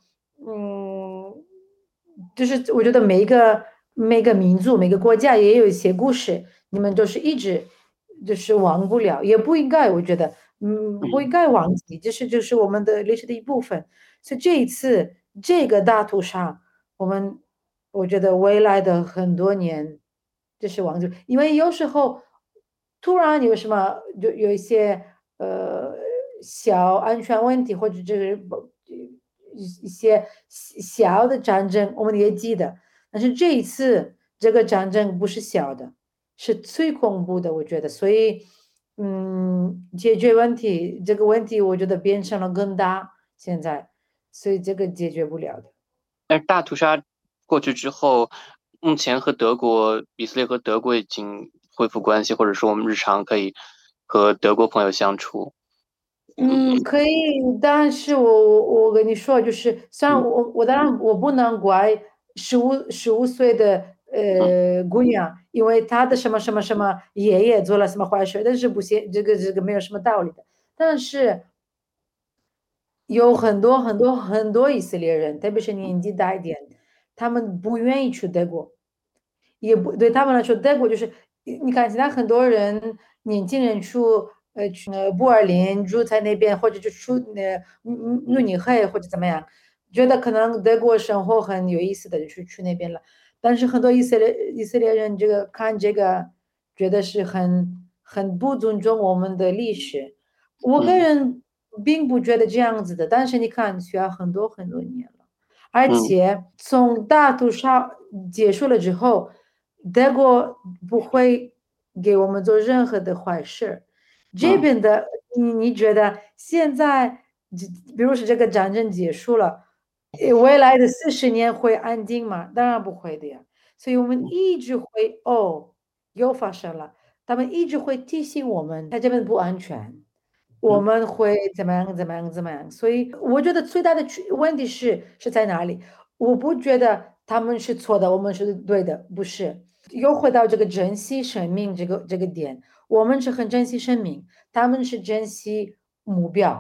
就是我觉得每个民族、每个国家也有一些故事，你们就是一直就是忘不了，也不应该，我觉得，不应该忘记，就是我们的历史的一部分。所以这一次这个大屠杀，我觉得未来的很多年，就是忘记，因为有时候突然有什么，就有一些小安全问题，或者就是一些小的战争，我们也记得。但是这一次这个战争不是小的，是最恐怖的，我觉得。所以，解决问题这个问题，我觉得变成了更大，现在，所以这个解决不了的。 但是大屠杀过去之后，目前以色列和德国已经恢复关系，或者说我们日常可以和德国朋友相处。 可以，但是我跟你说，就是虽然我当然我不能怪十五岁的姑娘，因为她的什么什么什么爷爷做了什么坏事，但是不行，这个没有什么道理的。但是有很多很多很多以色列人，特别是年纪大一点，他们不愿意去德国，也不对他们来说，德国就是你看，现在很多人年轻人去布尔林住在那边，或者就去慕尼黑或者怎么样，觉得可能德国生活很有意思的，就去那边了。但是很多以色列人看这个，觉得是很不尊重我们的历史。我个人并不觉得这样子的，但是你看，需要很多很多年了。而且从大屠杀结束了之后，德国不会给我们做任何的坏事。这边的，你觉得现在，比如说这个战争结束了，未来的40年会安静吗？当然不会的呀。所以我们一直会，又发生了，他们一直会提醒我们，在这边不安全。我们会怎么样怎么样怎么样，所以我觉得最大的问题是在哪里？我不觉得他们是错的，我们是对的，不是。又回到这个珍惜生命这个点，我们是很珍惜生命，他们是珍惜目标，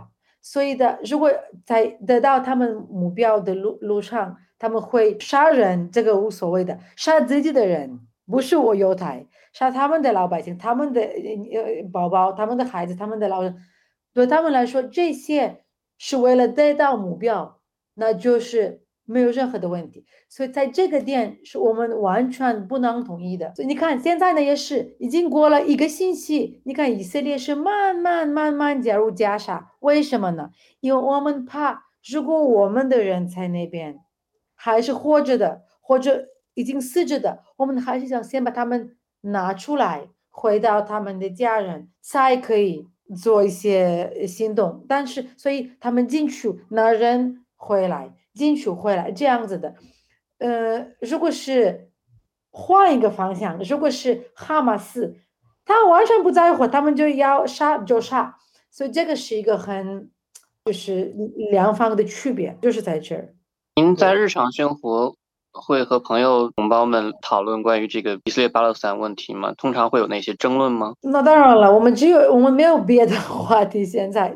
所以如果在得到他们目标的路上，他们会杀人，这个无所谓的，杀自己的人，不是我犹太，杀他们的老百姓，他们的宝宝，他们的孩子，他们的老人，对他们来说，这些是为了得到目标，那就是没有任何的问题。所以在这个点是我们完全不能同意的。所以你看，现在呢也是已经过了一个星期，你看以色列是慢慢加入加沙，为什么呢？因为我们怕，如果我们的人在那边还是活着的，或者已经死着的，我们还是想先把他们拿出来，回到他们的家人，才可以做一些行动。但是，所以他们进去拿人回来，进去回来这样子的。如果是换一个方向，如果是哈马斯，他完全不在乎，他们就要杀就杀。所以这个是一个就是两方的区别，就是在这儿。 您在日常生活会和朋友同胞们讨论关于这个以色列巴勒斯坦问题吗？通常会有那些争论吗？ 那当然了，我们没有别的话题。现在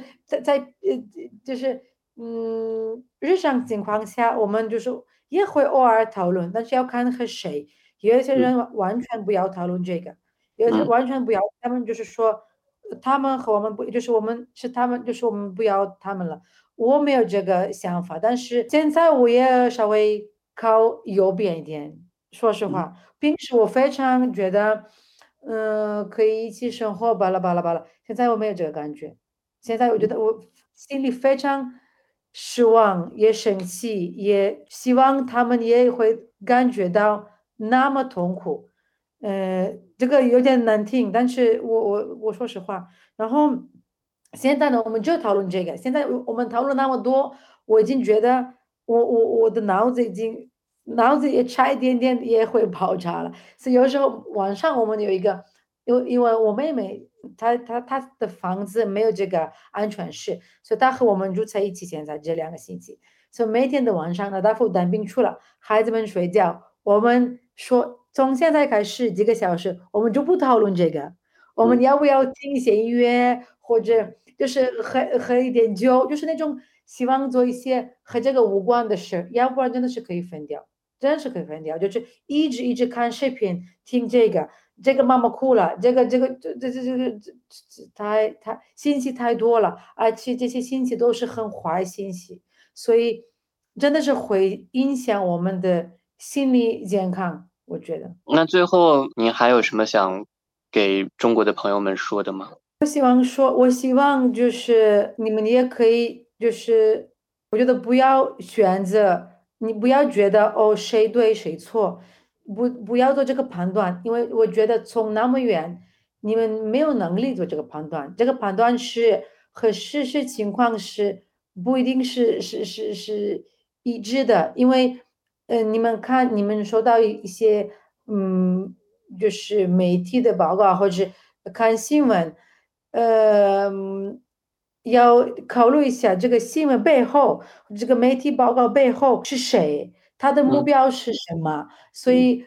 就是日常情况下，我们就是也会偶尔讨论，但是要看和谁。有一些人完全不要讨论这个，有一些完全不要，他们就是说，他们和我们不，就是我们是他们，就是我们不要他们了。我没有这个想法，但是现在我也稍微靠右边一点。说实话，平时我非常觉得，可以一起生活，巴拉巴拉巴拉。现在我没有这个感觉，现在我觉得我心里非常失望，也生气，也希望他们也会感觉到那么痛苦。这个有点难听，但是我说实话。然后现在呢，我们就讨论这个。现在我们讨论那么多，我已经觉得我的脑子也差一点点也会爆炸了。所以有时候晚上我们有一个，因为我妹妹她的房子没有这个安全室，所以她和我们住在一起。现在这2个星期，所以每天的晚上呢，她负担病出了，孩子们睡觉，我们说从现在开始几个小时，我们就不讨论这个。我们要不要听一些音乐，或者就是喝一点酒，就是那种希望做一些和这个无关的事，要不然真的是可以分掉，真是可以分掉。就是一直看视频，听这个妈妈哭了，这太信息太多了，而且这些信息都是很坏信息，所以真的是会影响我们的心理健康，我觉得。 那最后您还有什么想给中国的朋友们说的吗？ 我希望就是你们也可以，就是我觉得不要选择，你不要觉得谁对谁错，不要做这个判断，因为我觉得从那么远，你们没有能力做这个判断，这个判断是和事实情况是不一定是一致的，因为你们看你们收到一些就是媒体的报告或者看新闻。呃，要考虑一下这个新闻背后，这个媒体报告背后是谁，他的目标是什么。所以，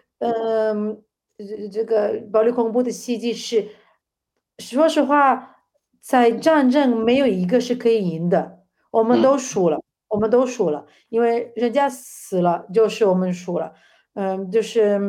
这个暴力恐怖的袭击说实话，在战争没有一个是可以赢的，我们都输了，我们都输了，因为人家死了，就是我们输了。就是，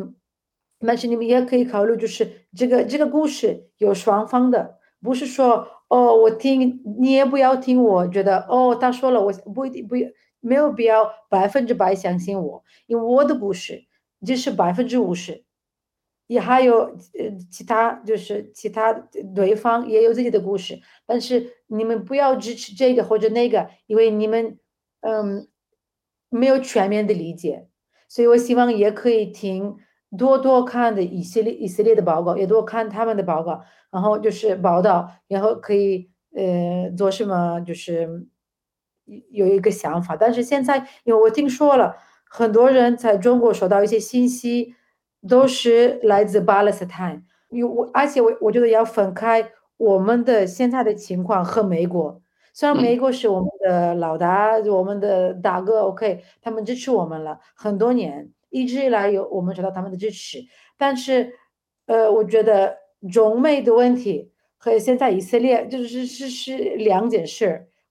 但是你们也可以考虑，就是这个故事有双方的。不是说我听你也不要听，我觉得他说了，我不一定没有必要100%相信我，因为我的故事这是50%，也还有其他对方也有自己的故事，但是你们不要支持这个或者那个，因为你们嗯没有全面的理解。所以我希望也可以多看的以色列的报告，也多看他们的报告，然后就是报道，然后可以做什么，就是有一个想法。但是现在，因为我听说了很多人在中国收到一些信息，都是来自巴勒斯坦，而且我觉得要分开我们的现在的情况和美国。虽然美国是我们的老大，我们的大哥，OK，他们支持我们了很多年，一直以来我们受到他们的支持。但是，我觉得中美的问题和现在以色列就是是两件事，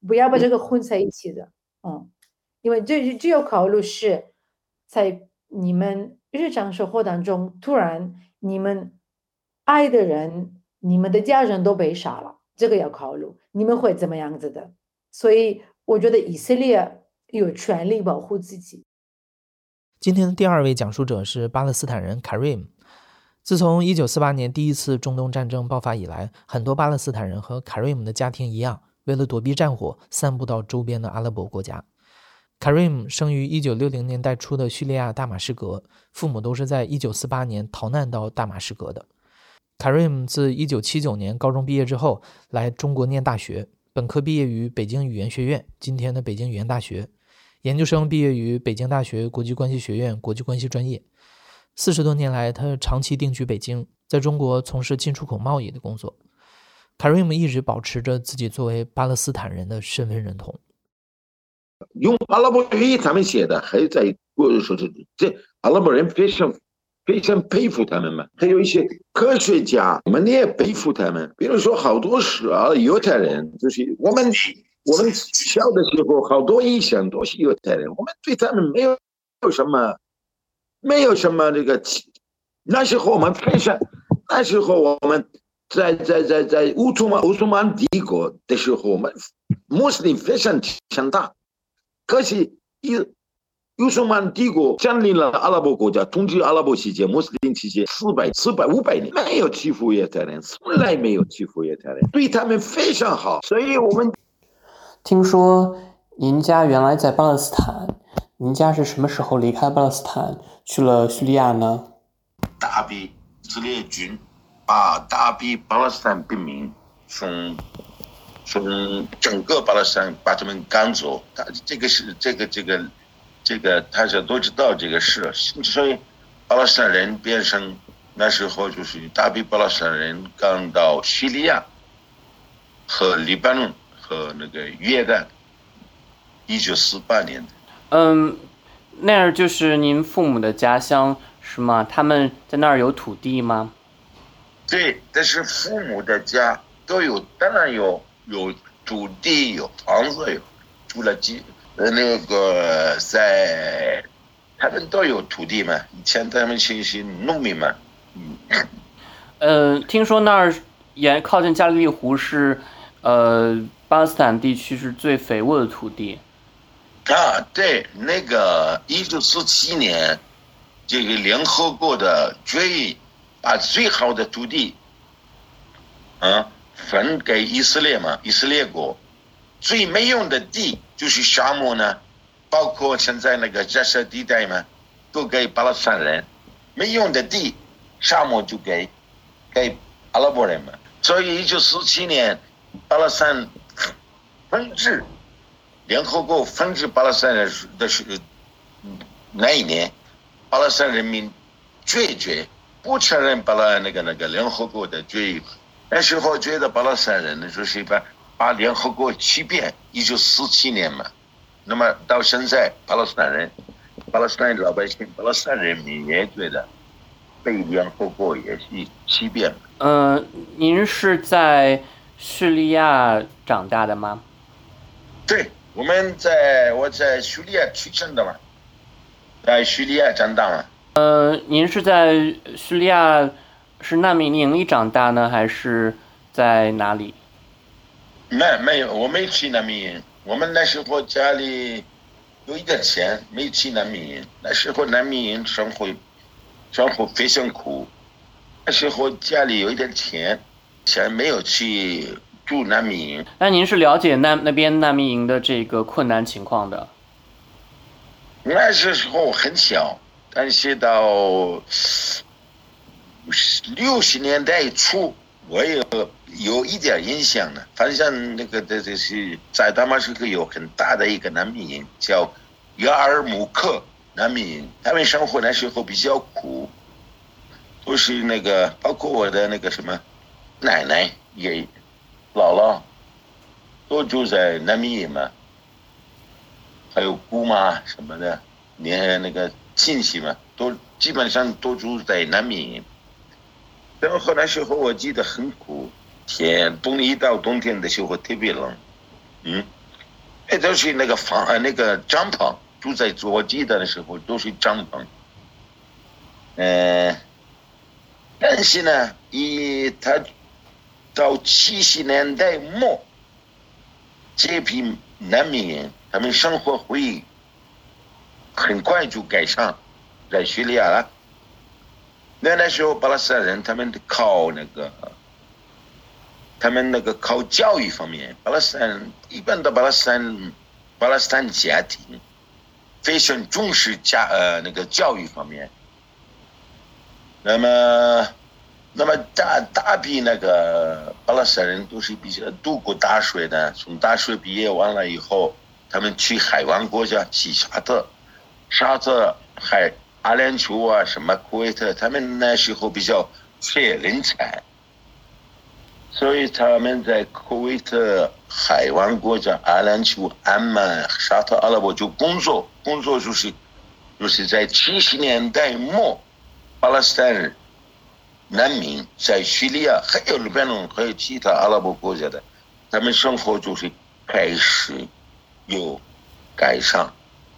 不要把这个混在一起的。因为这有考虑是在你们日常生活当中，突然你们爱的人、你们的家人都被杀了，这个要考虑，你们会怎么样子的？所以我觉得以色列有权利保护自己。 今天的第二位讲述者是巴勒斯坦人 Karim。自从1948年第一次中东战争爆发以来，很多巴勒斯坦人和 Karim 的家庭一样，为了躲避战火，散布到周边的阿拉伯国家。Karim 生于1960年代初的叙利亚大马士革，父母都是在1948年逃难到大马士革的。Karim 自1979年高中毕业之后来中国念大学，本科毕业于北京语言学院，今天的北京语言大学，研究生毕业于北京大学国际关系学院国际关系专业。40多年来，他长期定居北京，在中国从事进出口贸易的工作。Karim 一直保持着自己作为巴勒斯坦人的身份认同。 用阿拉伯语他们写的，还在说这阿拉伯人非常佩服他们嘛。还有一些科学家，我们也佩服他们。比如说，好多是犹太人，就是我们小的时候，好多印象都是犹太人，我们对他们没有什么这个。那时候我们在奥斯曼帝国的时候，我们穆斯林非常强大。可是奥斯曼帝国占领了阿拉伯国家，统治阿拉伯世界，穆斯林世界400、500年，没有欺负犹太人，从来没有欺负犹太人，对他们非常好。所以我们听说您家原来在巴勒斯坦，您家是什么时候离开巴勒斯坦去了叙利亚呢？ 大批以色列军把大批巴勒斯坦平民从整个巴勒斯坦把他们赶走，这个大家都知道这个事，所以巴勒斯坦人变成那时候就是大批巴勒斯坦人赶到叙利亚和黎巴嫩和那个约旦，1948年的。 那儿就是您父母的家乡是吗？他们在那儿有土地吗？ 对，但是父母的家都有，当然有土地，有房子，有住了那个在他们都有土地嘛，以前他们是农民嘛。 听说那儿也靠近加利利湖是巴勒斯坦地区是最肥沃的土地。 对，那个1947年这个联合国的决议把最好的土地分给以色列嘛，以色列国最没用的地就是沙漠呢，包括现在那个加沙地带嘛，都给巴勒斯坦人，没用的地沙漠就给阿拉伯人嘛。所以1947年巴勒斯坦分治，联合国分治巴勒斯坦人的是那一年，巴勒斯坦人民决绝不承认那个联合国的决议。那时候觉得巴勒斯坦人呢，就是把联合国欺骗，1947年嘛。那么到现在，巴勒斯坦老百姓、巴勒斯坦人民也觉得被联合国也是欺骗。 您是在叙利亚长大的吗？ 对，我在叙利亚出生的嘛，在叙利亚长大嘛。 您是在叙利亚是难民营里长大呢，还是在哪里？ 没有，我没去难民营。我们那时候家里有一点钱，没去难民营。那时候难民营生活非常苦。那时候家里有一点钱没有去住难民营。 那您是了解那边难民营的这个困难情况的？ 那时候很小，但是到60年代初，我也有一点印象了。反正那个这是在大马士革有很大的一个难民营，叫亚尔木克难民营。他们生活那时候比较苦，都是那个包括我的那个什么奶奶也姥姥都住在难民营嘛，还有姑妈什么的，那个亲戚嘛，都基本上都住在难民营。然后那时候我记得很苦，一到冬天的时候特别冷， 都是那个那个帐篷，住在我记得的时候都是帐篷。但是呢，他到70年代末，这批难民人他们生活会很快就改善，在叙利亚了。那时候巴勒斯坦人他们靠靠教育方面，一般的巴勒斯坦家庭非常重视教育方面。那么大批巴勒斯坦人都是比较读过大学的，从大学毕业完了以后，他们去海湾国家，去沙特、阿联酋啊，什么库韦特，他们那时候比较缺人才，所以他们在库韦特、海湾国家、阿联酋、安曼、沙特、阿拉伯就工作就是在70年代末，巴勒斯坦难民在叙利亚还有黎巴嫩还有其他阿拉伯国家的，他们生活就是开始有改善，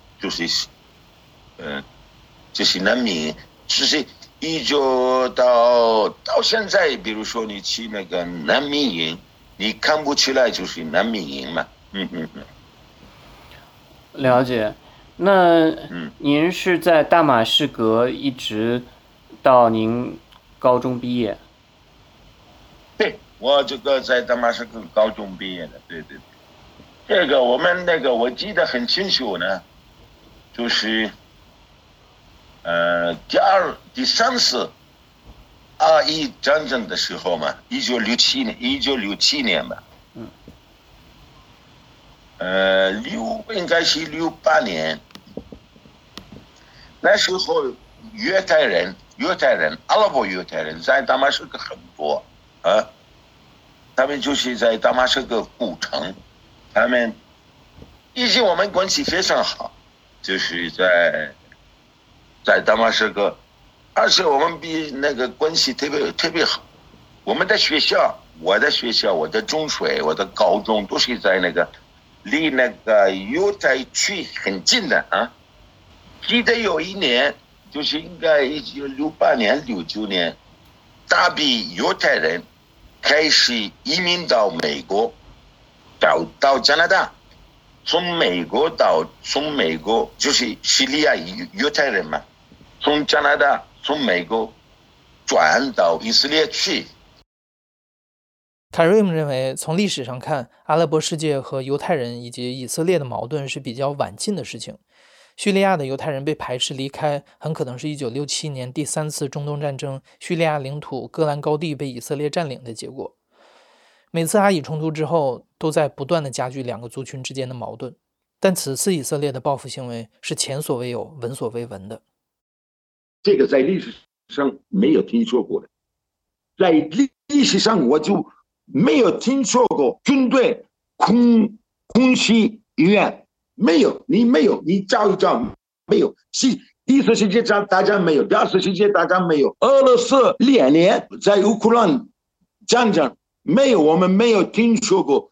就是难民，就是一直到现在，比如说你去那个难民营，你看不出来就是难民营嘛。 了解。那您是在大马士革一直到您高中毕业？ 对，我这个在大马士革高中毕业的，对。这个我们我记得很清楚呢，就是第三次阿伊战争的时候嘛，1967年吧，应该是68年，那时候犹太人，阿拉伯犹太人在大马士革很多啊，他们就是在大马士革古城，他们以前我们关系非常好，就是在大马士革，而且我们比关系特别好。我们的学校，我的中学，我的高中都是在离犹太区很近的啊。记得有一年，就是应该1968年、69年，大批犹太人开始移民到美国，到加拿大，从美国就是叙利亚犹太人嘛。从加拿大、从美国转到以色列去。 凯瑞姆认为，从历史上看，阿拉伯世界和犹太人以及以色列的矛盾是比较晚近的事情。叙利亚的犹太人被排斥离开，很可能是1967年第3次中东战争，叙利亚领土戈兰高地被以色列占领的结果。每次阿以冲突之后，都在不断的加剧两个族群之间的矛盾，但此次以色列的报复行为是前所未有、闻所未闻的。 这个在历史上没有听说过的，在历史上我就没有听说过军队空袭医院，没有，你找一找，没有。第一次世界大战没有，第二次世界大战没有，俄罗斯连年在乌克兰战争没有，我们没有听说过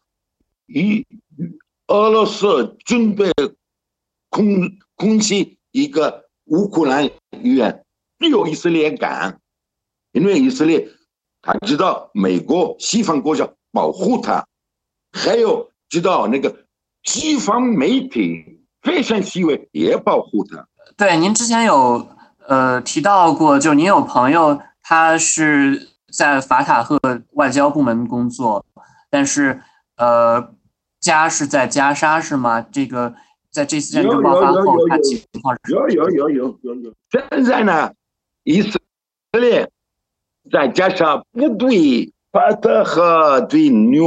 俄罗斯军队空袭一个乌克兰医院。只有以色列敢，因为以色列他知道美国西方国家保护他，还有知道西方媒体非常细微也保护他。 对，您之前有提到过，就您有朋友他是在法塔赫外交部门工作，但是家是在加沙是吗？这个在这次战争爆发后，他情况是有。现在呢？以色列在加沙不对法塔赫对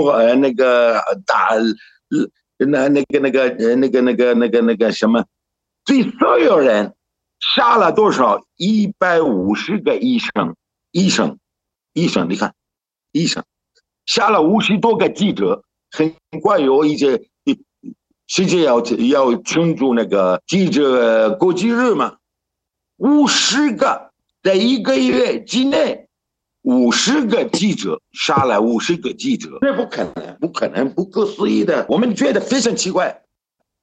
什么，对所有人杀了多少？150个医生，你看，医生杀了50多个记者，很快有一些世界要庆祝记者国际日嘛，50个。在1个月之内，50个记者杀了50个记者，这不可能，不可思议的。我们觉得非常奇怪。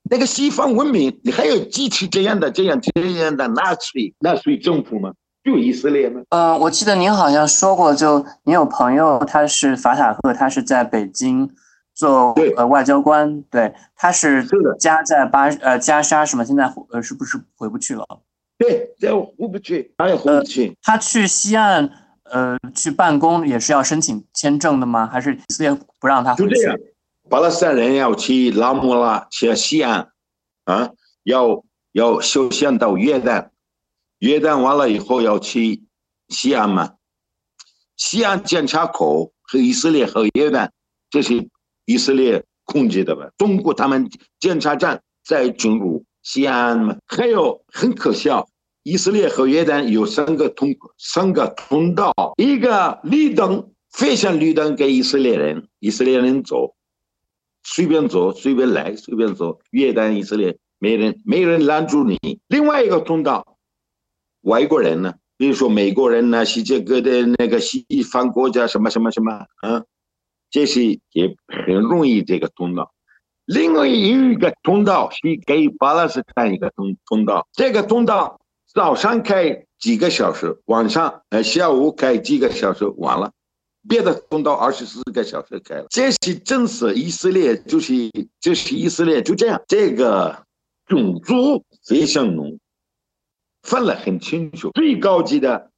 那个西方文明，你还有支持这样的纳粹政府吗？就以色列吗？ 我记得您好像说过，就您有朋友他是法塔赫，他是在北京做外交官，对，他是家在加沙是吗？现在是不是回不去了？ 对，回不去，他也回不去。 他去西岸去办公也是要申请签证的吗？还是以色列不让他回去？ 就这样，巴勒斯坦人要去拉姆拉，去西岸啊，要修线到约旦，约旦完了以后要去西岸嘛。西岸检查口和以色列和约旦，这是以色列控制的吧？中国他们检查站再进入西岸嘛。还有很可笑，以色列和约旦有三个通道，一个绿灯，非常绿灯给以色列人走，随便走，随便来，随便走。约旦、以色列没人拦住你。另外一个通道，外国人呢？比如说美国人呢，世界各地那个西方国家什么啊，这是也很容易这个通道。另外一个通道是给巴勒斯坦一个通道，这个通道早上开几个小时，晚上下午开几个小时，完了。别的通道24个小时开了。这是正是以色列，就是以色列就这样，这个种族非常浓。分了很清楚，最高级的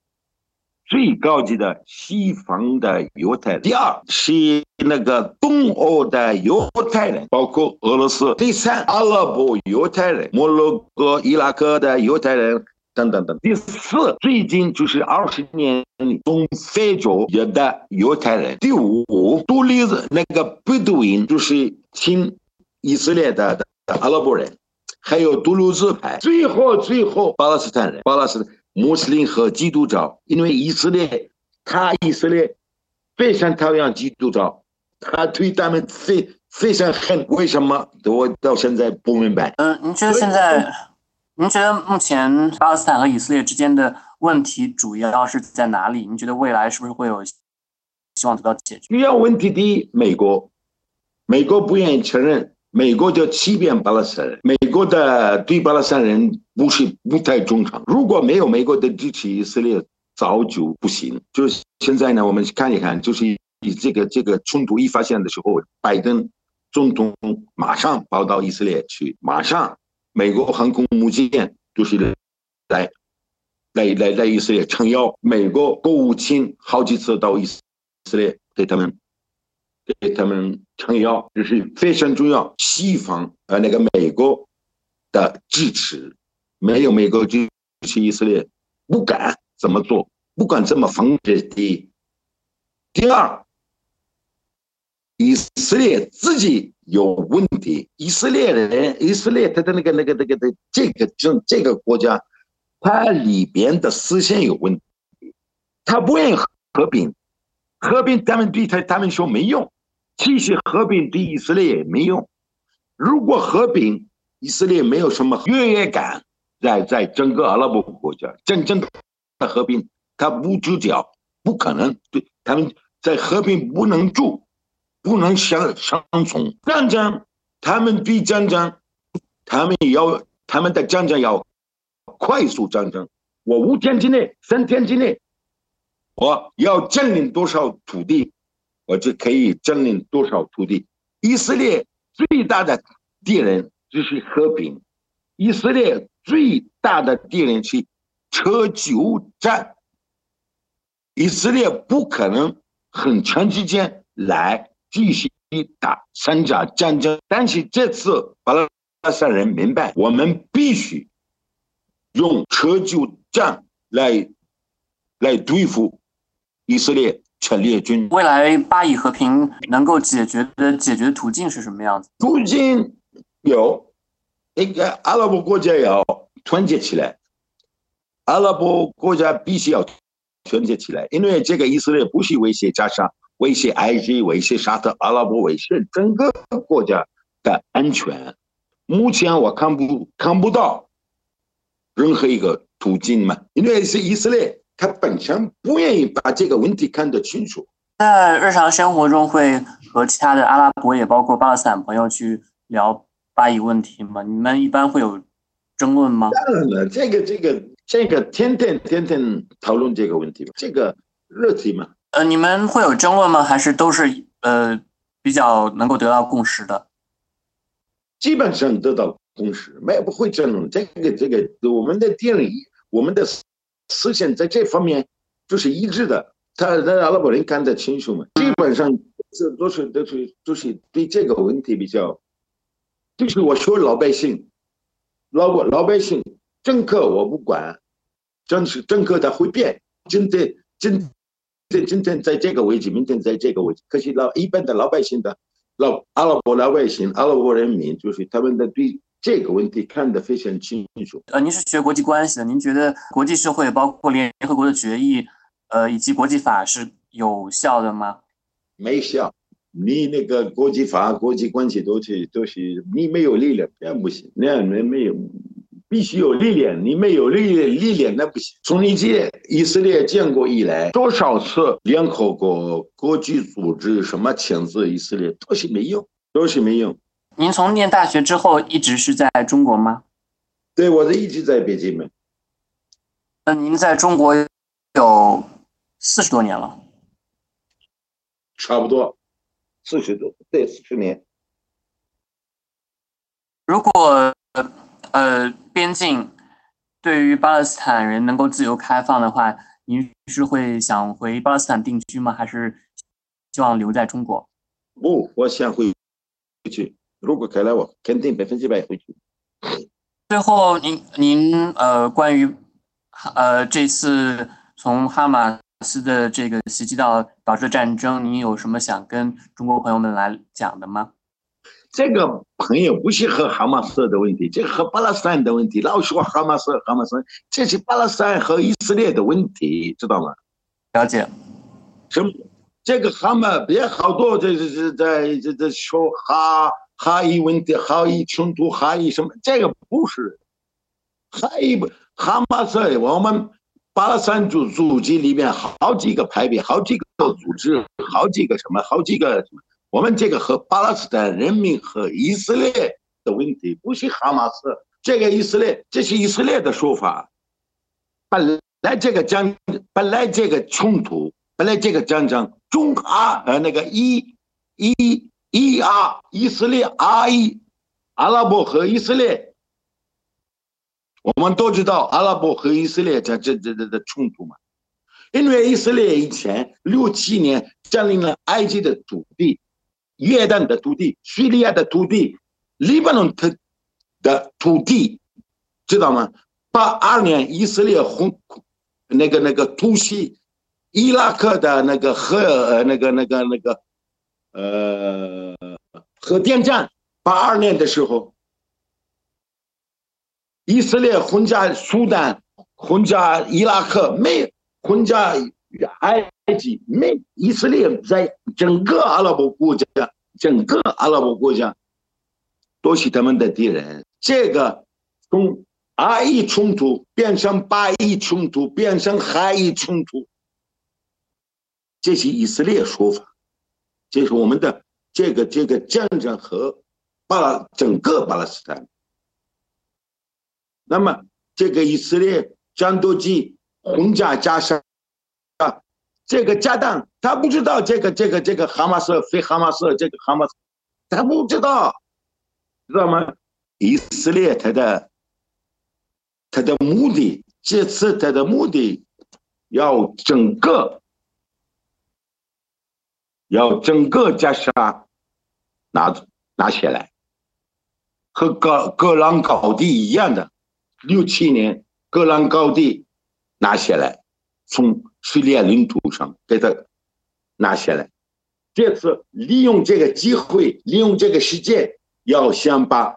西方的犹太人，第二是那个东欧的犹太人，包括俄罗斯，第三阿拉伯犹太人，摩洛哥、伊拉克的犹太人等等等，第四最近就是20年从非洲的犹太人，第五独立那个贝都因，就是亲以色列的阿拉伯人，还有杜鲁兹派，最后巴勒斯坦人，穆斯林和基督教，因为以色列非常讨厌基督教，他对他们非常恨，为什么我到现在不明白。 您觉得目前巴勒斯坦和以色列之间的问题主要是在哪里？您觉得未来是不是会有希望得到解决？ 主要问题第一，美国不愿意承认。美国就欺骗巴勒斯坦人，美国的对巴勒斯坦人不太忠诚。如果没有美国的支持，以色列早就不行。就是现在呢，我们看一看，就是这个冲突一发现的时候，拜登总统马上跑到以色列去，马上美国航空母舰就是来以色列撑腰，美国国务卿好几次到以色列给他们撑腰，这是非常重要。西方那个美国的支持，没有美国支持以色列，不敢这么做，不敢这么防止。第二，以色列自己有问题。以色列他的这个国家，它里边的思想有问题，他不愿意和平，他们对他们说没用。其实和平对以色列也没用。如果和平，以色列没有什么优越感，在整个阿拉伯国家，真正的和平，他不住脚，不可能。对，他们在和平不能住，不能相从。战争，他们对战争，他们的战争要快速战争。我5天之内、3天之内，我要占领多少土地？我就可以占领多少土地。以色列最大的敌人就是和平，以色列最大的敌人是持久战。以色列不可能很长时间来继续打3场战争，但是这次巴勒斯坦人明白，我们必须用持久战来对付以色列侵略军。 未来巴以和平能够解决的途径是什么样子？ 途径有一个阿拉伯国家要团结起来，阿拉伯国家必须要团结起来，因为这个以色列不是威胁加沙，威胁埃及，威胁沙特阿拉伯，威胁整个国家的安全。目前我看不到任何一个途径嘛，因为是以色列。他本身不愿意把这个问题看得清楚。 在日常生活中会和其他的阿拉伯也包括巴勒斯坦朋友去聊巴以问题吗？你们一般会有争论吗？ 当然了，这个天天讨论这个问题，这个热题嘛。 你们会有争论吗？还是都是比较能够得到共识的？ 基本上得到共识，不会争论。这个，我们的电影，我们的思想在这方面就是一致的。阿拉伯人看得清楚嘛，基本上都是对这个问题比较，就是我说老百姓，老百姓，政客我不管，政客他会变，今天在这个位置，明天在这个位置。可是一般的老百姓的阿拉伯老百姓、阿拉伯人民，就是他们的对这个问题看得非常清楚。 您是学国际关系的，您觉得国际社会包括联合国的决议，以及国际法是有效的吗？ 没效。你那个国际法、国际关系都是你没有力量，那不行，那没有。必须有力量，你没有力量那不行。从以色列建国以来，多少次联合国、国际组织什么谴责以色列都是没用。 您从念大学之后一直是在中国吗？ 对，我一直在北京嘛。 您在中国有40多年了， 差不多40多，对，40年。 如果边境对于巴勒斯坦人能够自由开放的话，您是会想回巴勒斯坦定居吗？还是希望留在中国？ 不，我想回去。如果开了，我肯定100%回去。 最后您关于这次从哈马斯的这个袭击导致战争，您有什么想跟中国朋友们来讲的吗？ 这个朋友不是和哈马斯的问题，这和巴勒斯坦的问题。老说哈马斯，这是巴勒斯坦和以色列的问题，知道吗？ 了解。 什么？这个哈马别好多在说哈以问题、哈以冲突、哈以什么？这个不是哈马斯。我们巴勒斯坦组织里面好几个派别，好几个组织，好几个什么。我们这个和巴勒斯坦人民和以色列的问题，不是哈马斯。这是以色列的说法。本来这个冲突，本来这个战争，中阿那个以色列阿拉伯和以色列，我们都知道阿拉伯和以色列这冲突嘛。因为以色列以前6、7年占领了埃及的土地、约旦的土地、叙利亚的土地、黎巴嫩的土地，知道吗？82年以色列突袭伊拉克的核电站。82年的时候，以色列轰炸苏丹，轰炸伊拉克，轰炸埃及，以色列在整个阿拉伯国家都是他们的敌人。这个从阿以冲突变成巴以冲突，变成哈以冲突，这是以色列说法。这是我们的这个战争和整个巴勒斯坦。那么这个以色列战斗机轰炸加沙，这个炸弹他不知道这个哈马斯非哈马斯，这个哈马斯他不知道，知道吗？以色列他的目的，这次他的目的要整个加沙拿下来，和戈兰高地一样的，6、7年戈兰高地拿下来，从叙利亚领土上给他拿下来。这次利用这个机会，利用这个时间，要想把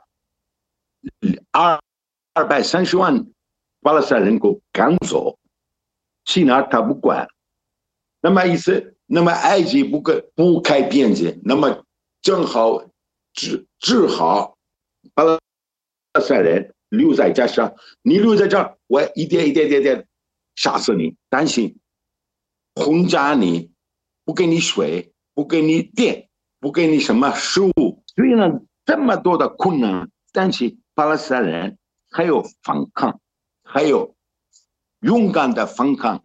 230万巴勒斯坦人口赶走，其他他不管。那么埃及不开边界，那么正好治好巴勒斯坦人留在加沙。你留在这儿，我一点杀死你，担心轰炸你，不给你水，不给你电，不给你什么食物。所以呢， 这么多的困难，但是巴勒斯坦人还有反抗，还有勇敢的反抗。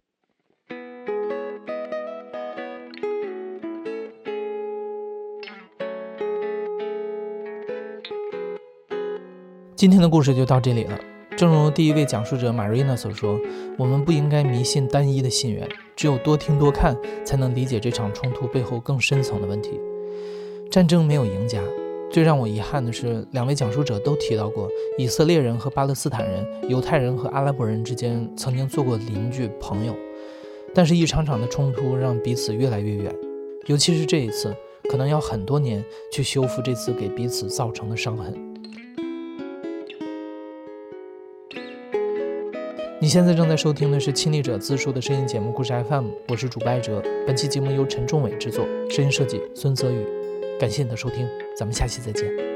今天的故事就到这里了。正如第一位讲述者玛瑞娜所说，我们不应该迷信单一的信源，只有多听多看，才能理解这场冲突背后更深层的问题。战争没有赢家，最让我遗憾的是，两位讲述者都提到过，以色列人和巴勒斯坦人、犹太人和阿拉伯人之间曾经做过邻居朋友，但是一场场的冲突让彼此越来越远，尤其是这一次，可能要很多年去修复这次给彼此造成的伤痕。你现在正在收听的是亲历者自述的声音节目故事 FM， 我是主播艾哲。本期节目由陈仲伟制作，声音设计孙泽宇。感谢你的收听，咱们下期再见。